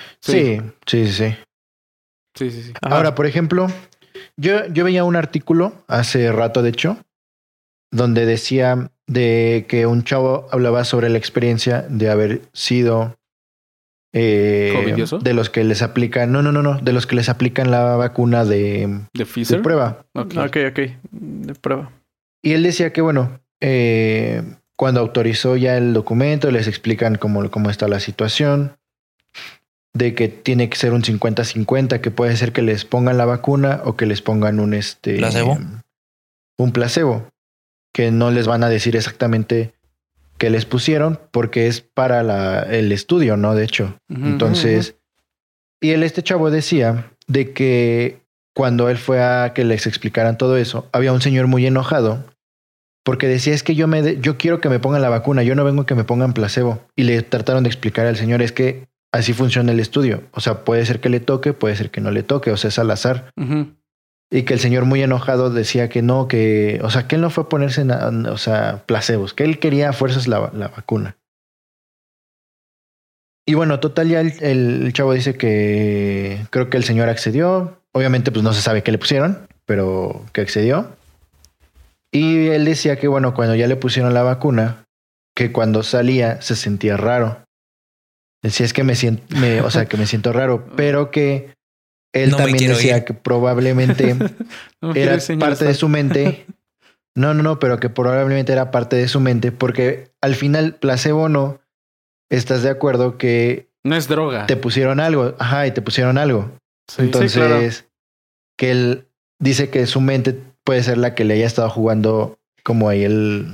Ahora, por ejemplo, yo veía un artículo hace rato, de hecho, donde decía de que un chavo hablaba sobre la experiencia de haber sido de los que les aplican, de los que les aplican la vacuna de prueba. Okay. De prueba. Y él decía que cuando autorizó ya el documento, les explican cómo está la situación, de que tiene que ser un 50-50, que puede ser que les pongan la vacuna o que les pongan un placebo. Un placebo, que no les van a decir exactamente qué les pusieron porque es para el estudio, ¿no? De hecho. Entonces, y este chavo decía de que cuando él fue a que les explicaran todo eso, había un señor muy enojado porque decía, es que yo quiero que me pongan la vacuna, yo no vengo a que me pongan placebo. Y le trataron de explicar al señor, es que así funciona el estudio. O sea, puede ser que le toque, puede ser que no le toque, o sea, es al azar. Y que el señor muy enojado decía que no, que él no fue a ponerse, placebos, que él quería a fuerzas la vacuna. Y bueno, total, ya el chavo dice que creo que el señor accedió. Obviamente, pues no se sabe qué le pusieron, pero que accedió. Y él decía que cuando ya le pusieron la vacuna, que cuando salía se sentía raro. Decía, es que me siento raro, pero que él también decía que probablemente era parte de su mente. No, pero que probablemente era parte de su mente, porque al final, placebo no, estás de acuerdo que no es droga. Te pusieron algo, y te pusieron algo. Sí, entonces, claro, que él dice que su mente puede ser la que le haya estado jugando como ahí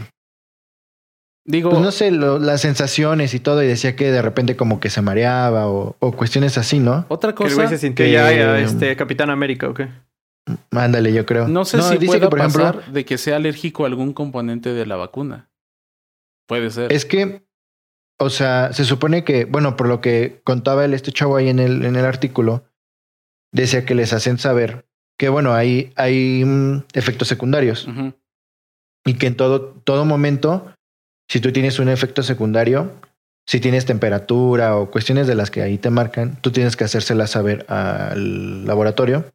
pues no sé, las sensaciones y todo, y decía que de repente como que se mareaba o cuestiones así, ¿no? Otra cosa. Que el güey se sintió ya Capitán América, ¿o qué? Ándale, yo creo. No sé si dice pueda pasar de que sea alérgico a algún componente de la vacuna. Puede ser. Es que, se supone que, por lo que contaba este chavo ahí en el artículo, decía que les hacen saber que, hay efectos secundarios. Y que en todo momento, si tú tienes un efecto secundario, si tienes temperatura o cuestiones de las que ahí te marcan, tú tienes que hacérselas saber al laboratorio.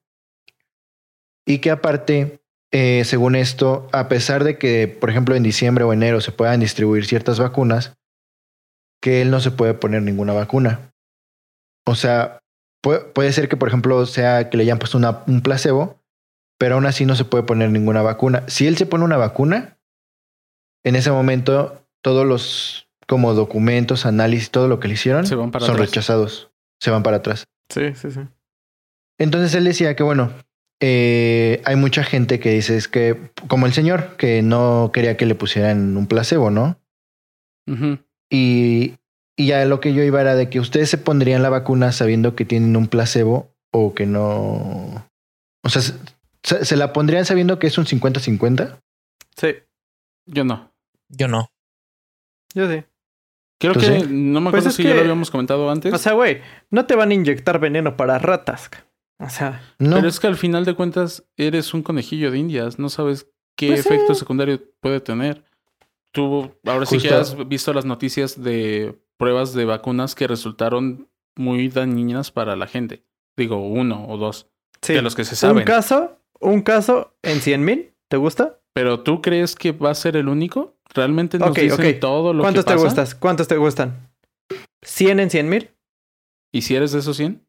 Y que aparte, según esto, a pesar de que, por ejemplo, en diciembre o enero se puedan distribuir ciertas vacunas, que él no se puede poner ninguna vacuna. O sea, puede ser que, por ejemplo, sea que le hayan puesto un placebo, pero aún así no se puede poner ninguna vacuna. Si él se pone una vacuna, en ese momento todos los como documentos, análisis, todo lo que le hicieron son rechazados. Se van para atrás. Sí. Entonces él decía que, bueno, hay mucha gente que dice es que, como el señor, que no quería que le pusieran un placebo, ¿no? Uh-huh. Y ya lo que yo iba era de que ustedes se pondrían la vacuna sabiendo que tienen un placebo o que no... O sea, ¿se la pondrían sabiendo que es un 50-50? Sí. Yo no. Yo sí. Creo que sí. No me acuerdo si ya lo habíamos comentado antes. O sea, güey, no te van a inyectar veneno para ratas. O sea, no. Pero es que al final de cuentas eres un conejillo de indias. No sabes qué efecto secundario puede tener. Tú ahora sí que has visto las noticias de pruebas de vacunas que resultaron muy dañinas para la gente. Digo, 1 o 2. Sí. De los que se saben. Un caso en 100,000. ¿Te gusta? ¿Pero tú crees que va a ser el único? ¿Realmente nos dicen todo lo que pasa? ¿Cuántos te gustan? ¿100 en 100,000? ¿Y si eres de esos 100?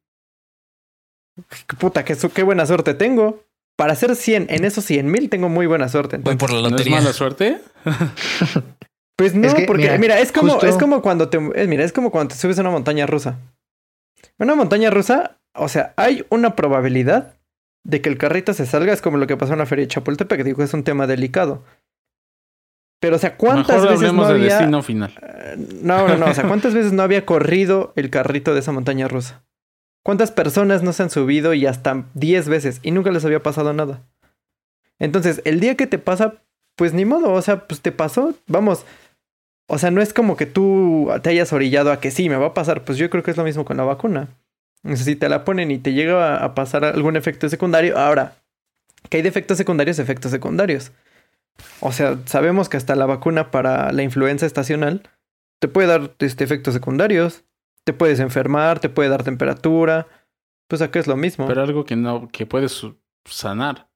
Puta, qué buena suerte tengo. Para hacer 100 en esos 100,000 tengo muy buena suerte. Voy por la lotería. ¿No es mala suerte? Pues no, es que, porque mira, es como cuando te subes a una montaña rusa. Una montaña rusa, o sea, hay una probabilidad de que el carrito se salga. Es como lo que pasó en la feria de Chapultepec, que digo, es un tema delicado. Pero, o sea, ¿cuántas veces no había... de destino final. No. O sea, ¿cuántas veces no había corrido el carrito de esa montaña rusa? ¿Cuántas personas no se han subido y hasta 10 veces y nunca les había pasado nada? Entonces, el día que te pasa, pues ni modo, o sea, pues te pasó, vamos. O sea, no es como que tú te hayas orillado a que sí, me va a pasar. Pues yo creo que es lo mismo con la vacuna. O sea, si te la ponen y te llega a pasar algún efecto secundario, ahora, ¿qué hay de efectos secundarios? O sea, sabemos que hasta la vacuna para la influenza estacional te puede dar efectos secundarios. Te puedes enfermar, te puede dar temperatura. Pues acá es lo mismo. Pero algo que puedes sanar.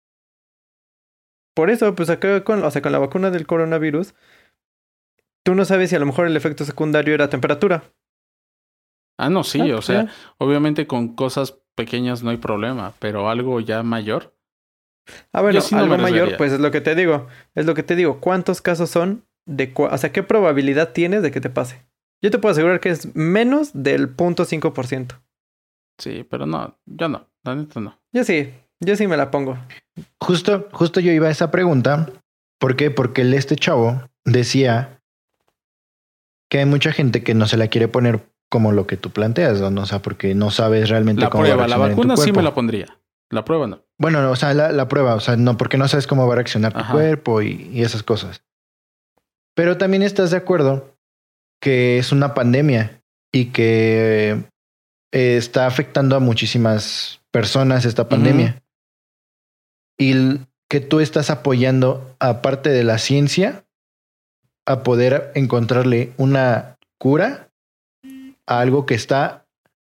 Por eso, pues acá con la vacuna del coronavirus, tú no sabes si a lo mejor el efecto secundario era temperatura. Ah, no, sí, o sea, obviamente con cosas pequeñas no hay problema, pero algo ya mayor. Ah, bueno, sí algo mayor, pues es lo que te digo. ¿Cuántos casos son o sea, qué probabilidad tienes de que te pase? Yo te puedo asegurar que es menos del 0.5%. Sí, pero no, yo no, la neta no. Yo sí me la pongo. Justo yo iba a esa pregunta. ¿Por qué? Porque este chavo decía que hay mucha gente que no se la quiere poner como lo que tú planteas, ¿no? O sea, porque no sabes realmente cómo va a reaccionar. La vacuna sí me la pondría. La prueba no. Bueno, o sea, la prueba, o sea, no, porque no sabes cómo va a reaccionar tu cuerpo y esas cosas. Pero también estás de acuerdo que es una pandemia y que está afectando a muchísimas personas esta pandemia. Y que tú estás apoyando, aparte de la ciencia, a poder encontrarle una cura a algo que está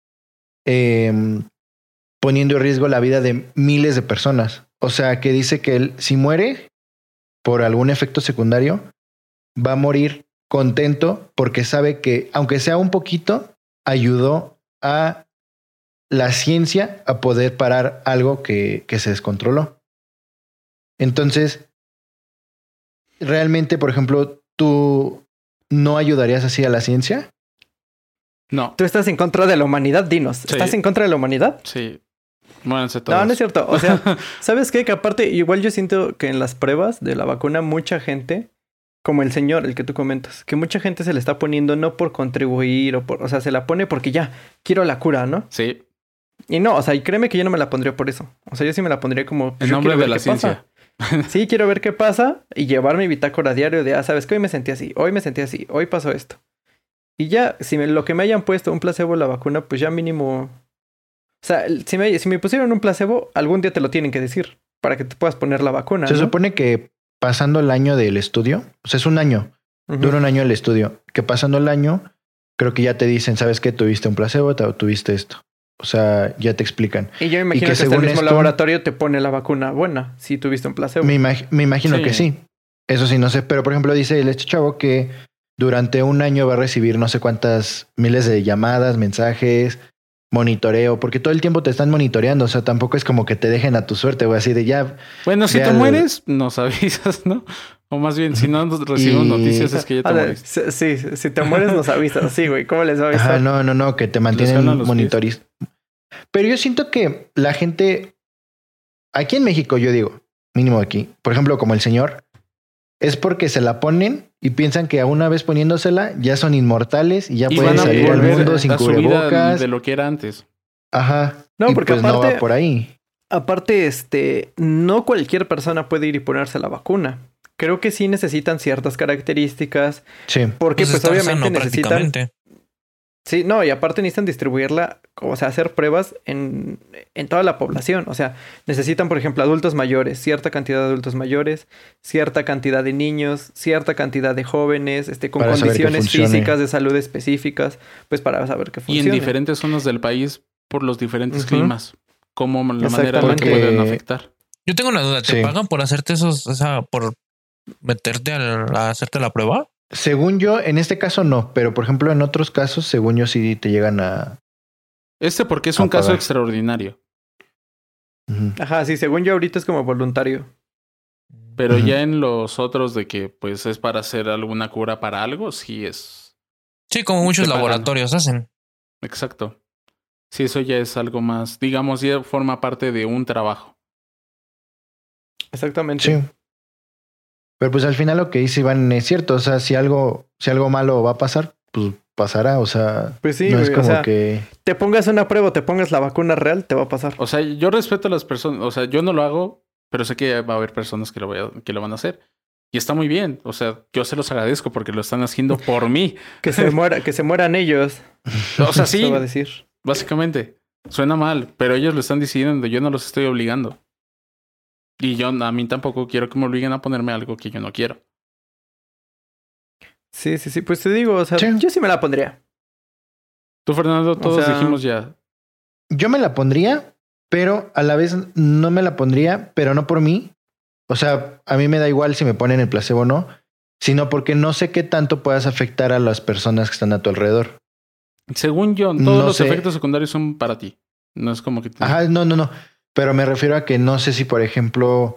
poniendo en riesgo la vida de miles de personas. O sea, que dice que él, si muere por algún efecto secundario, va a morir contento porque sabe que, aunque sea un poquito, ayudó a la ciencia a poder parar algo que se descontroló. Entonces, realmente, por ejemplo, ¿tú no ayudarías así a la ciencia? No. ¿Tú estás en contra de la humanidad? Dinos. Sí. ¿Estás en contra de la humanidad? Sí. Muéranse todos. No es cierto. O sea, ¿sabes qué? Que aparte, igual yo siento que en las pruebas de la vacuna, mucha gente, como el señor, el que tú comentas, que mucha gente se le está poniendo no por contribuir o sea, se la pone porque ya, quiero la cura, ¿no? Sí. Y no, o sea, y créeme que yo no me la pondría por eso. O sea, yo sí me la pondría como... En nombre de la ciencia. Sí, quiero ver qué pasa y llevar mi bitácora diario de, ¿sabes qué? Hoy me sentí así, hoy pasó esto. Y ya, si lo que me hayan puesto un placebo la vacuna, pues ya mínimo... O sea, si me pusieron un placebo, algún día te lo tienen que decir para que te puedas poner la vacuna. Se supone que pasando el año del estudio, o sea, es un año, dura un año el estudio, que pasando el año, creo que ya te dicen, ¿sabes qué? Tuviste un placebo, tuviste esto. O sea, ya te explican. Y yo me imagino que hasta el mismo laboratorio te pone la vacuna buena si tuviste un placebo. Me imagino que sí. Eso sí, no sé. Pero, por ejemplo, dice este chavo que durante un año va a recibir no sé cuántas miles de llamadas, mensajes, monitoreo, porque todo el tiempo te están monitoreando. O sea, tampoco es como que te dejen a tu suerte, güey, así de ya. Bueno, si te mueres, nos avisas, ¿no? O más bien, si no recibimos noticias, es que ya te moriste. Sí, si te mueres, nos avisas. Sí, güey, ¿cómo les va a avisar? No, que te mantienen monitorizando. Pero yo siento que la gente, aquí en México, yo digo, mínimo aquí, por ejemplo, como el señor, es porque se la ponen y piensan que a una vez poniéndosela ya son inmortales y ya pueden salir al mundo sin cubrebocas. De lo que era antes. Ajá. No, y porque pues aparte, no va por ahí. Aparte, no cualquier persona puede ir y ponerse la vacuna. Creo que sí necesitan ciertas características. Sí. Porque pues obviamente necesitan... Sí, no, y aparte necesitan distribuirla, o sea, hacer pruebas en toda la población. O sea, necesitan, por ejemplo, adultos mayores, cierta cantidad de adultos mayores, cierta cantidad de niños, cierta cantidad de jóvenes, con para condiciones físicas de salud específicas, pues para saber qué funciona. Y en diferentes zonas del país por los diferentes climas, cómo la manera en la que pueden afectar. Yo tengo una duda, ¿te pagan por hacerte esos, o sea, por meterte a hacerte la prueba? Según yo, en este caso no, pero por ejemplo en otros casos, según yo sí te llegan a... Porque es un caso extraordinario. Ajá, sí, según yo ahorita es como voluntario. Pero ya en los otros de que pues es para hacer alguna cura para algo, sí es... Sí, como muchos laboratorios hacen. Exacto. Sí, eso ya es algo más, digamos, ya forma parte de un trabajo. Exactamente. Sí. Pero pues al final lo que dice Iván es cierto. O sea, si algo malo va a pasar, pues pasará. O sea, pues sí, no es como que... Te pongas una prueba o te pongas la vacuna real, te va a pasar. O sea, yo respeto a las personas. O sea, yo no lo hago, pero sé que va a haber personas que lo van a hacer. Y está muy bien. O sea, yo se los agradezco porque lo están haciendo por mí. que se mueran ellos. O sea, sí. Eso va a decir. Básicamente. Suena mal, pero ellos lo están decidiendo. Yo no los estoy obligando. Y a mí tampoco quiero que me obliguen a ponerme algo que yo no quiero. Sí. Pues te digo, o sea, yo sí me la pondría. Tú, Fernando, todos dijimos ya. Yo me la pondría, pero a la vez no me la pondría, pero no por mí. O sea, a mí me da igual si me ponen el placebo o no, sino porque no sé qué tanto puedas afectar a las personas que están a tu alrededor. Según yo, todos los efectos secundarios son para ti. No es como que... Ajá, no. Pero me refiero a que no sé si, por ejemplo...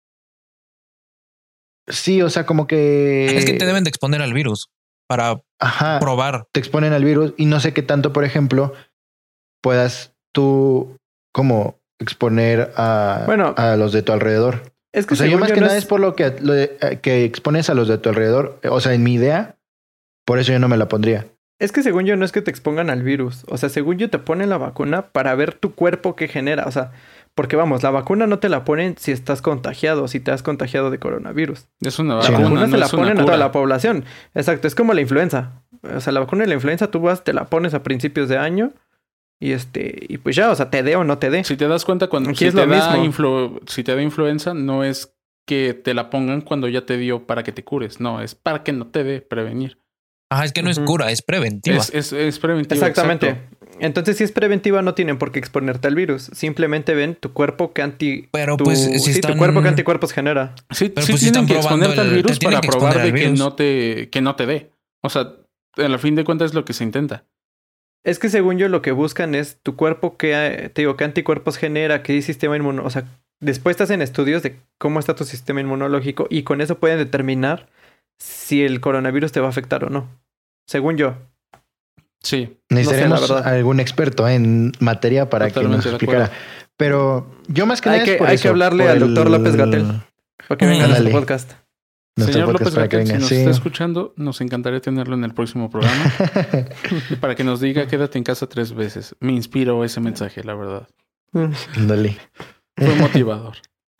Sí, o sea, como que... Es que te deben de exponer al virus para probar. Te exponen al virus y no sé qué tanto, por ejemplo, puedas tú como exponer a los de tu alrededor. Es que o sea, yo más que nada es por lo que expones a los de tu alrededor. O sea, en mi idea, por eso yo no me la pondría. Es que según yo no es que te expongan al virus. O sea, según yo te ponen la vacuna para ver tu cuerpo qué genera. O sea... Porque vamos, la vacuna no te la ponen si estás contagiado, si te has contagiado de coronavirus. Es una vacuna. La vacuna se la ponen a toda la población. Exacto, es como la influenza. O sea, la vacuna de la influenza tú te la pones a principios de año y pues ya, o sea, te dé o no te dé. Si te das cuenta cuando si te da influenza, no es que te la pongan cuando ya te dio para que te cures. No, es para que no te dé, prevenir. Ajá, es que no es cura, es preventiva. Es preventiva. Exactamente. Exacto. Entonces, si es preventiva, no tienen por qué exponerte al virus. Simplemente ven tu cuerpo que Pero pues si están... tu cuerpo que anticuerpos genera. Sí, pero sí pues tienen que exponerte al virus para probar de que no te dé. O sea, a fin de cuentas es lo que se intenta. Es que según yo lo que buscan es tu cuerpo que, te digo, qué anticuerpos genera, qué sistema inmunológico. O sea, después te hacen estudios de cómo está tu sistema inmunológico y con eso pueden determinar si el coronavirus te va a afectar o no. Según yo. Sí. Necesitaremos algún experto en materia para que nos explicara. Pero yo más que nada hay que hablarle al doctor López-Gatell para que venga a nuestro podcast. Señor López-Gatell, si nos está escuchando, nos encantaría tenerlo en el próximo programa. Y para que nos diga, quédate en casa 3 veces. Me inspiró ese mensaje, la verdad. Dale. Fue motivador.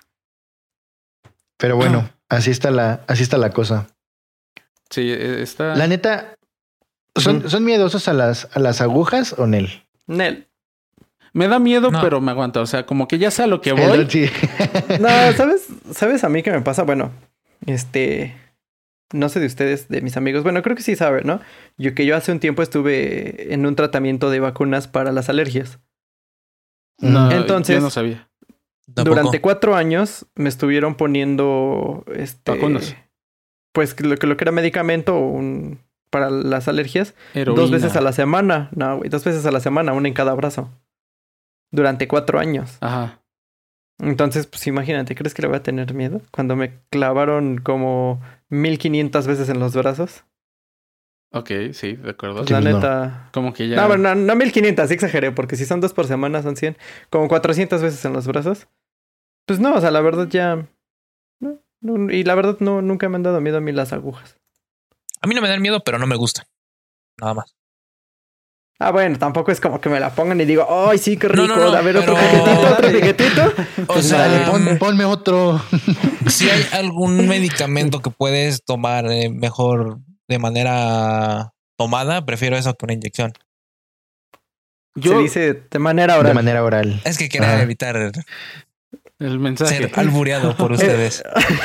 Pero bueno, así está la cosa. Sí, está... La neta, ¿son miedosos a las agujas o Nel? Nel. Me da miedo, pero me aguanta. O sea, como que ya sé a lo que voy. No, ¿sabes a mí qué me pasa? Bueno, no sé de ustedes, de mis amigos, bueno, creo que sí saben, ¿no? Yo hace un tiempo estuve en un tratamiento de vacunas para las alergias. No, entonces, yo no sabía. Durante 4 años me estuvieron poniendo vacunas. Pues lo que era medicamento para las alergias. Heroína. 2 veces a la semana. No, güey, 2 veces a la semana, una en cada brazo. Durante 4 años. Ajá. Entonces, pues imagínate, ¿crees que le voy a tener miedo? Cuando me clavaron como 1500 veces en los brazos. Ok, sí, de acuerdo. Pues la neta... Como que ya... No 1500, sí exageré, porque si son 2 por semana son 100. Como 400 veces en los brazos. Pues no, o sea, la verdad ya... No, y la verdad nunca me han dado miedo a mí las agujas. A mí no me dan miedo, pero no me gustan. Nada más. Bueno, tampoco es como que me la pongan y digo, ¡ay, sí, qué rico! A ver, otro piquetito. O sea, ponme otro. Si hay algún medicamento que puedes tomar mejor de manera tomada, prefiero eso que una inyección. Se dice de manera oral. De manera oral. Es que quería evitar el mensaje. Ser albureado por ustedes.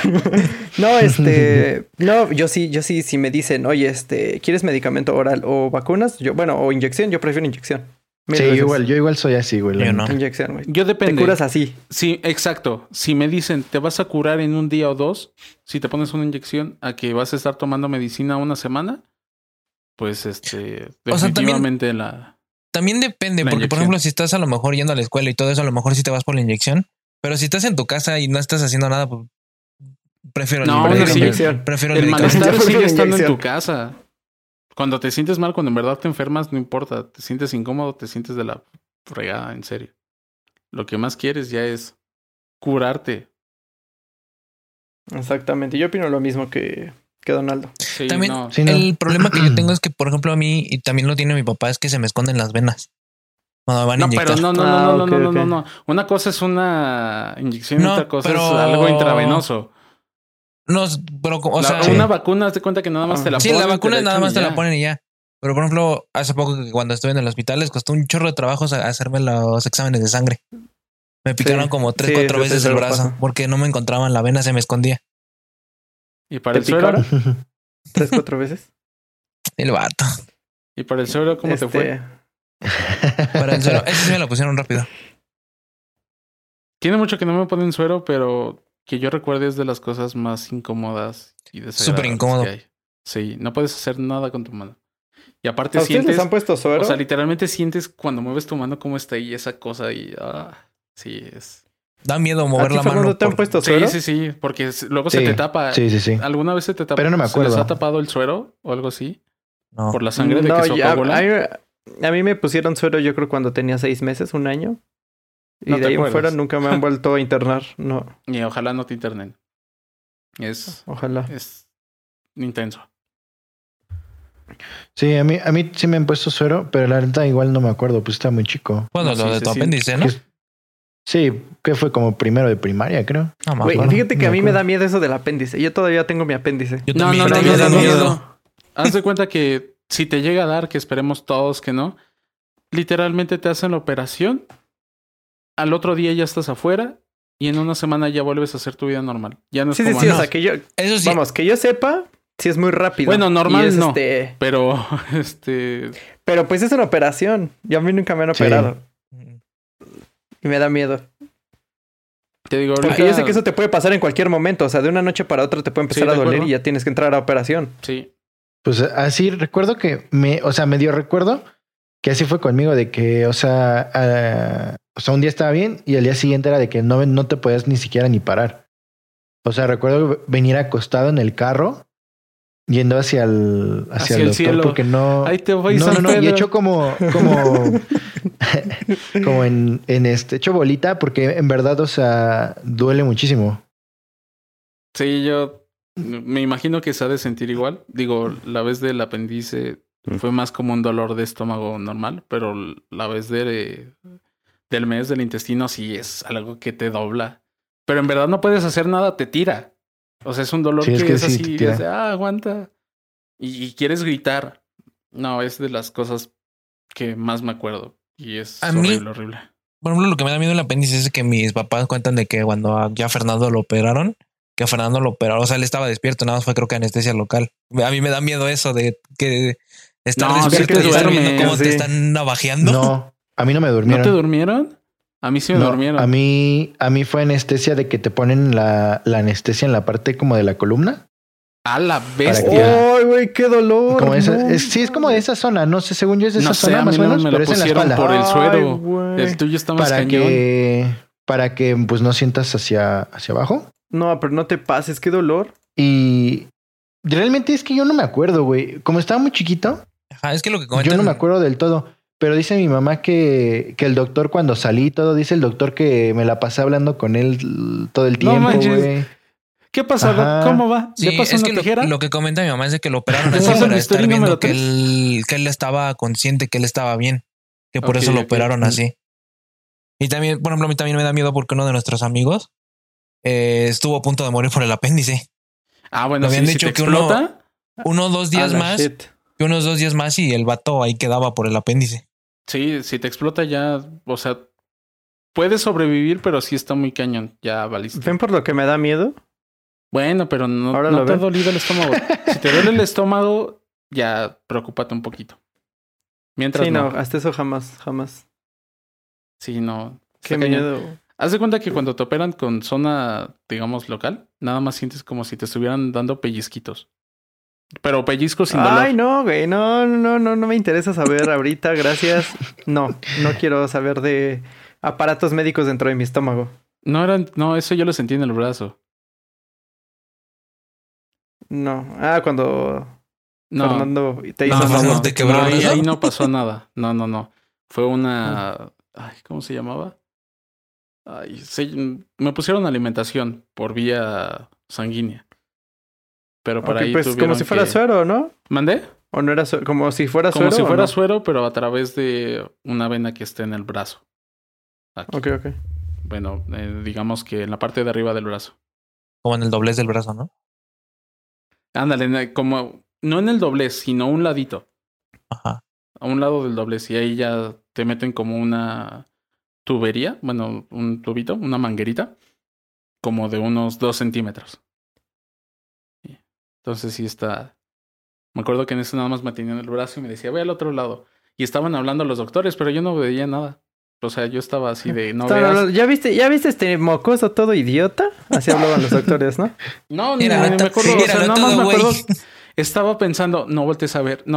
No, yo sí, si me dicen, oye, ¿quieres medicamento oral o vacunas? O inyección, yo prefiero inyección. Sí, yo igual soy así, güey. Yo no. Inyección, güey. Yo depende. Te curas así. Sí, exacto. Si me dicen, te vas a curar en un día o 2, si te pones una inyección, a que vas a estar tomando medicina una semana, pues definitivamente También depende, porque por ejemplo, si estás a lo mejor yendo a la escuela y todo eso, a lo mejor sí te vas por la inyección. Pero si estás en tu casa y no estás haciendo nada, pues prefiero inyección. Prefiero el malestar sigue estando en tu casa. Cuando te sientes mal, cuando en verdad te enfermas, no importa. Te sientes incómodo, te sientes de la fregada, en serio. Lo que más quieres ya es curarte. Exactamente. Yo opino lo mismo que Donaldo. Sí, también el problema que yo tengo es que, por ejemplo, a mí, y también lo tiene mi papá, es que se me esconden las venas. Cuando van a inyectar. Pero no. Una cosa es una inyección y otra cosa es algo intravenoso. No, pero, o sea... Una vacuna, haz de cuenta que nada más te la ponen. Sí, la vacuna nada más te la ponen y ya. Pero, por ejemplo, hace poco que cuando estuve en el hospital les costó un chorro de trabajo hacerme los exámenes de sangre. Me picaron como 3-4 veces el brazo porque no me encontraban la vena, se me escondía. ¿Y para el suero? 3-4 veces. El vato. ¿Y para el suero cómo te fue? Para el suero, ese sí me lo pusieron rápido. Tiene mucho que no me ponen suero, pero que yo recuerde es de las cosas más incómodas y desagradables. Súper incómodo. Que hay. Sí, no puedes hacer nada con tu mano. Y aparte ¿A ustedes les han puesto suero? O sea, literalmente sientes cuando mueves tu mano cómo está ahí esa cosa y sí es. Da miedo mover la mano. ¿Te han puesto suero? Sí, porque luego se te tapa. Sí. ¿Alguna vez se te tapa? Pero no me acuerdo. ¿Se les ha tapado el suero o algo así? No. Por la sangre de que se coagula. A mí me pusieron suero yo creo cuando tenía 6 meses, 1 año. Y de ahí en fuera nunca me han vuelto a internar, no. Y ojalá no te internen. Ojalá. Es intenso. Sí, a mí sí me han puesto suero, pero la verdad igual no me acuerdo, pues estaba muy chico. Bueno, lo de tu apéndice, ¿no? Sí, que fue como primero de primaria, creo. Güey, fíjate que a mí me da miedo eso del apéndice. Yo todavía tengo mi apéndice. Yo también. No me da miedo. Haz de cuenta que si te llega a dar, que esperemos todos que no, literalmente te hacen la operación, al otro día ya estás afuera y en una semana ya vuelves a hacer tu vida normal. Ya no es como... Sí, o sea, que yo... Eso sí. Vamos, que yo sepa, sí es muy rápido. Bueno, normal no, pero... Pero pues es una operación. Y a mí nunca me han operado. Y me da miedo. Te digo, porque yo sé que eso te puede pasar en cualquier momento. O sea, de una noche para otra te puede empezar a doler y ya tienes que entrar a operación. Sí. Pues así recuerdo que medio recuerdo que así fue conmigo de que, o sea, un día estaba bien y al día siguiente era de que no te podías ni siquiera ni parar. O sea, recuerdo venir acostado en el carro yendo hacia el doctor cielo. Porque no. Ahí te voy, y hecho como hecho bolita porque en verdad, o sea, duele muchísimo. Sí, yo me imagino que se ha de sentir igual. Digo, la vez del apéndice fue más como un dolor de estómago normal, pero la vez del mes del intestino sí es algo que te dobla. Pero en verdad no puedes hacer nada, te tira. O sea, es un dolor que es así, es de, aguanta. Y quieres gritar. No, es de las cosas que más me acuerdo. Y es horrible. Por ejemplo, lo que me da miedo el apéndice es que mis papás cuentan de que cuando ya a Fernando lo operaron, que Fernando lo operó. O sea, él estaba despierto, nada más fue creo que anestesia local. A mí me da miedo eso de que estar despierto y estar viendo cómo te están navajeando. No, a mí no me durmieron. ¿No te durmieron? A mí sí me durmieron. A mí fue anestesia de que te ponen la anestesia en la parte como de la columna. A la bestia. ¡Ay, güey, qué dolor! Como sí, es como de esa zona. No sé, según yo es de esa zona más o menos, pero es en la espalda. Por el suero. El tuyo está más cañón. Para que pues no sientas hacia abajo. No, pero no te pases, qué dolor. Y realmente es que yo no me acuerdo, güey. Como estaba muy chiquito. Ajá, es que lo que comentan... Yo no me acuerdo del todo. Pero dice mi mamá que el doctor cuando salí y todo, dice el doctor que me la pasé hablando con él todo el tiempo, güey. ¿Qué pasa? ¿Cómo va? Sí, pasó es una que tijera? lo que comenta mi mamá es de que lo operaron así para estar viendo que él estaba consciente, que él estaba bien. Que por eso lo operaron así. Y también, por ejemplo, a mí también me da miedo porque uno de nuestros amigos estuvo a punto de morir por el apéndice. Ah, bueno, me habían dicho que uno o 2 días más. Shit. Que unos 2 días más y el vato ahí quedaba por el apéndice. Sí, si te explota ya, o sea, puedes sobrevivir, pero sí está muy cañón. Ya valiste. ¿Ven por lo que me da miedo? Bueno, pero no te ha dolido el estómago. Si te duele el estómago, ya preocúpate un poquito. Mientras sí, no, hasta eso jamás. Sí, no. Qué miedo. Haz de cuenta que cuando te operan con zona, digamos, local, nada más sientes como si te estuvieran dando pellizquitos. Pero pellizcos sin dolor. Ay, no, güey. No me interesa saber ahorita, gracias. No quiero saber de aparatos médicos dentro de mi estómago. No, eso yo lo sentí en el brazo. No. Cuando Fernando te hizo favor de quebrar. Ahí no pasó nada. No. Fue una... Ay, ¿cómo se llamaba? Me pusieron alimentación por vía sanguínea. Pero para ahí pues como si fuera suero, ¿no? ¿Mandé? ¿O no era como si fuera suero? Como si fuera suero, pero a través de una vena que esté en el brazo. Aquí. Ok. Bueno, digamos que en la parte de arriba del brazo. Como en el doblez del brazo, ¿no? Ándale, como... No en el doblez, sino un ladito. Ajá. A un lado del doblez. Y ahí ya te meten como una tubería. Bueno, un tubito, una manguerita. Como de unos 2 centímetros. Entonces sí está... Me acuerdo que en eso nada más me tenían el brazo y me decía, ve al otro lado. Y estaban hablando los doctores, pero yo no veía nada. O sea, yo estaba así de... ¿Ya viste este mocoso todo idiota? Así hablaban los doctores, ¿no? No, ni me acuerdo. O sea, nada más me acuerdo... Estaba pensando, no voltees a ver.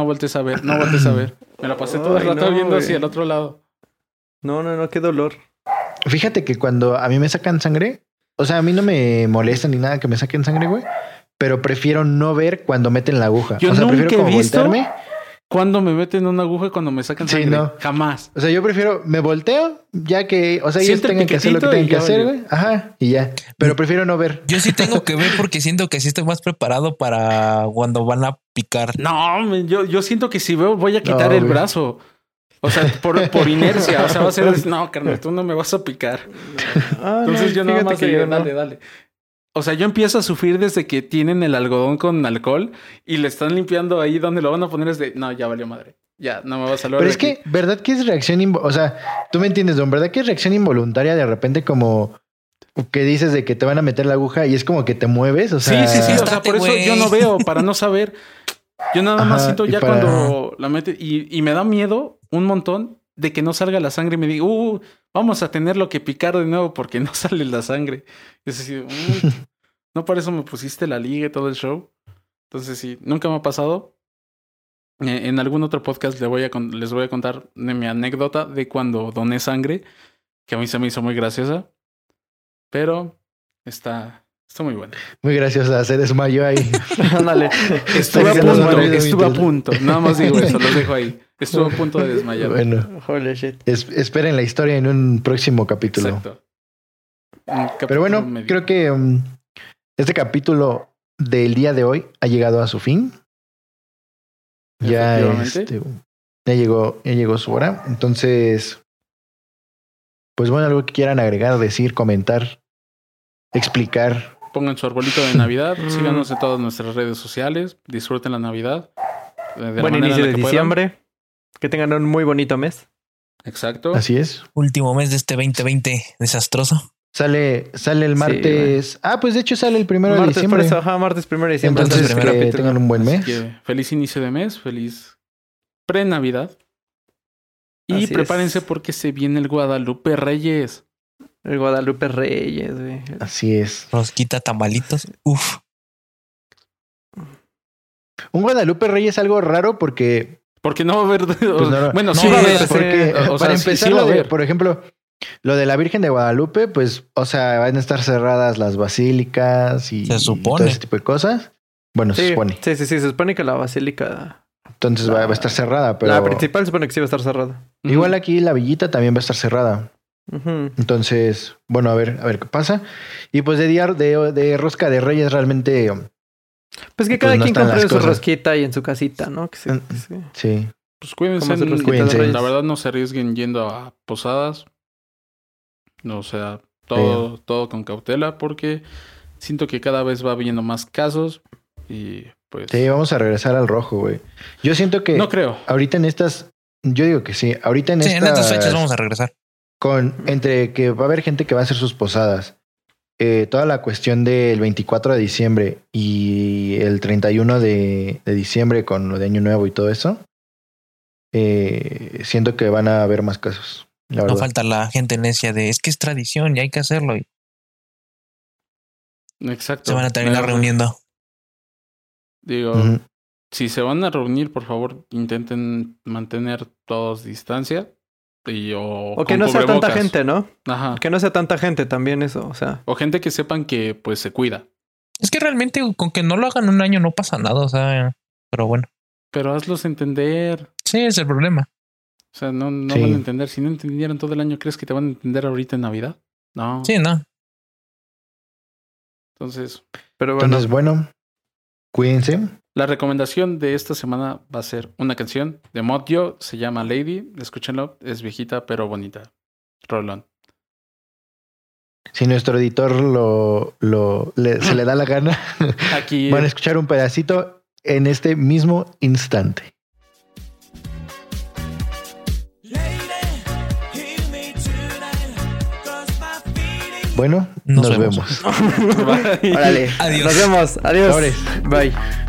Me la pasé todo el rato viendo hacia el otro lado. No, qué dolor. Fíjate que cuando a mí me sacan sangre... O sea, a mí no me molesta ni nada que me saquen sangre, güey. Pero prefiero no ver cuando meten la aguja. Yo nunca prefiero como voltearme. Cuando me meten una aguja y cuando me sacan sangre. Sí, no. Jamás. O sea, yo prefiero... Me volteo, ya que... O sea, ellos tengan que hacer lo que tengan que hacer, güey. Ajá, y ya. Pero prefiero no ver. Yo sí tengo que ver porque siento que sí estoy más preparado para cuando van a picar. No, yo siento que si veo voy a quitar el brazo. O sea, por inercia. O sea, va a ser... No, carnal, tú no me vas a picar. Entonces yo nada más digo, dale. O sea, yo empiezo a sufrir desde que tienen el algodón con alcohol y le están limpiando ahí donde lo van a poner. Es de, no, ya valió madre. Ya, no me vas a lograr. Pero es que, ¿verdad que es reacción? O sea, tú me entiendes, Don, ¿verdad que es reacción involuntaria de repente como que dices de que te van a meter la aguja y es como que te mueves? O sea, sí. O sea, por eso yo no veo, para no saber. Yo nada más siento ya cuando la mete y me da miedo un montón de que no salga la sangre y me diga, vamos a tenerlo que picar de nuevo porque no sale la sangre. Es decir, no, por eso me pusiste la liga y todo el show. Entonces sí, nunca me ha pasado. En algún otro podcast les voy a contar de mi anécdota de cuando doné sangre, que a mí se me hizo muy graciosa. Pero está muy bueno. Muy graciosa, se desmayó ahí. Ándale, estuve a punto. Nada más digo eso, los dejo ahí. Estuve a punto de desmayar. Bueno, holy shit. Esperen la historia en un próximo capítulo. Exacto. Pero bueno, creo que este capítulo del día de hoy ha llegado a su fin. Ya llegó su hora. Entonces, pues bueno, algo que quieran agregar, decir, comentar, explicar. Pongan su arbolito de Navidad, síganos en todas nuestras redes sociales, disfruten la Navidad. Buen inicio de diciembre. Que tengan un muy bonito mes. Exacto. Así es. Último mes de este 2020 desastroso. Sale el martes. Sí, pues de hecho sale el 1 de diciembre. Por eso, martes 1 de diciembre. Entonces que tengan un buen mes. Feliz inicio de mes, feliz pre-Navidad. Y prepárense porque se viene el Guadalupe Reyes. El Guadalupe Reyes, güey. Así es. Rosquita, tamalitos. Uf. Un Guadalupe Reyes es algo raro porque no va a haber... Bueno, sí va a haber. Porque para empezar, por ejemplo, lo de la Virgen de Guadalupe, pues, o sea, van a estar cerradas las basílicas y, se supone. Y todo ese tipo de cosas. Bueno, se supone. Sí, se supone que la basílica... Entonces va a estar cerrada, pero... La principal supone que sí va a estar cerrada. Igual aquí la villita también va a estar cerrada. Entonces, bueno, a ver qué pasa. Y pues de rosca de Reyes realmente... Pues que cada quien compre su rosquita y en su casita, ¿no? Sí. Pues cuídense. La verdad no se arriesguen yendo a posadas. O sea, todo con cautela porque siento que cada vez va habiendo más casos y pues... Sí, vamos a regresar al rojo, güey. Yo siento que... No creo. Ahorita en estas... Yo digo que sí. Ahorita en estas... en estas fechas vamos a regresar. Entre que va a haber gente que va a hacer sus posadas. Toda la cuestión del 24 de diciembre y el 31 de diciembre con lo de Año Nuevo y todo eso. Siento que van a haber más casos. No falta la gente necia de es que es tradición y hay que hacerlo. Exacto. Se van a terminar reuniendo. Digo, si se van a reunir, por favor, intenten mantener todos distancia. O que no sea tanta gente, ¿no? Ajá. Que no sea tanta gente también eso, o sea. O gente que sepan que pues se cuida. Es que realmente con que no lo hagan un año no pasa nada, o sea, pero bueno. Pero hazlos entender. Sí, es el problema. O sea, no van a entender. Si no entendieron todo el año, ¿crees que te van a entender ahorita en Navidad? No. Sí, no. Entonces, bueno, cuídense. La recomendación de esta semana va a ser una canción de Modjo, se llama Lady, escúchenlo, es viejita pero bonita. Rolón. Si nuestro editor se le da la gana, aquí van a escuchar un pedacito en este mismo instante. Bueno, nos vemos. Órale, adiós. Nos vemos. Adiós. Bye.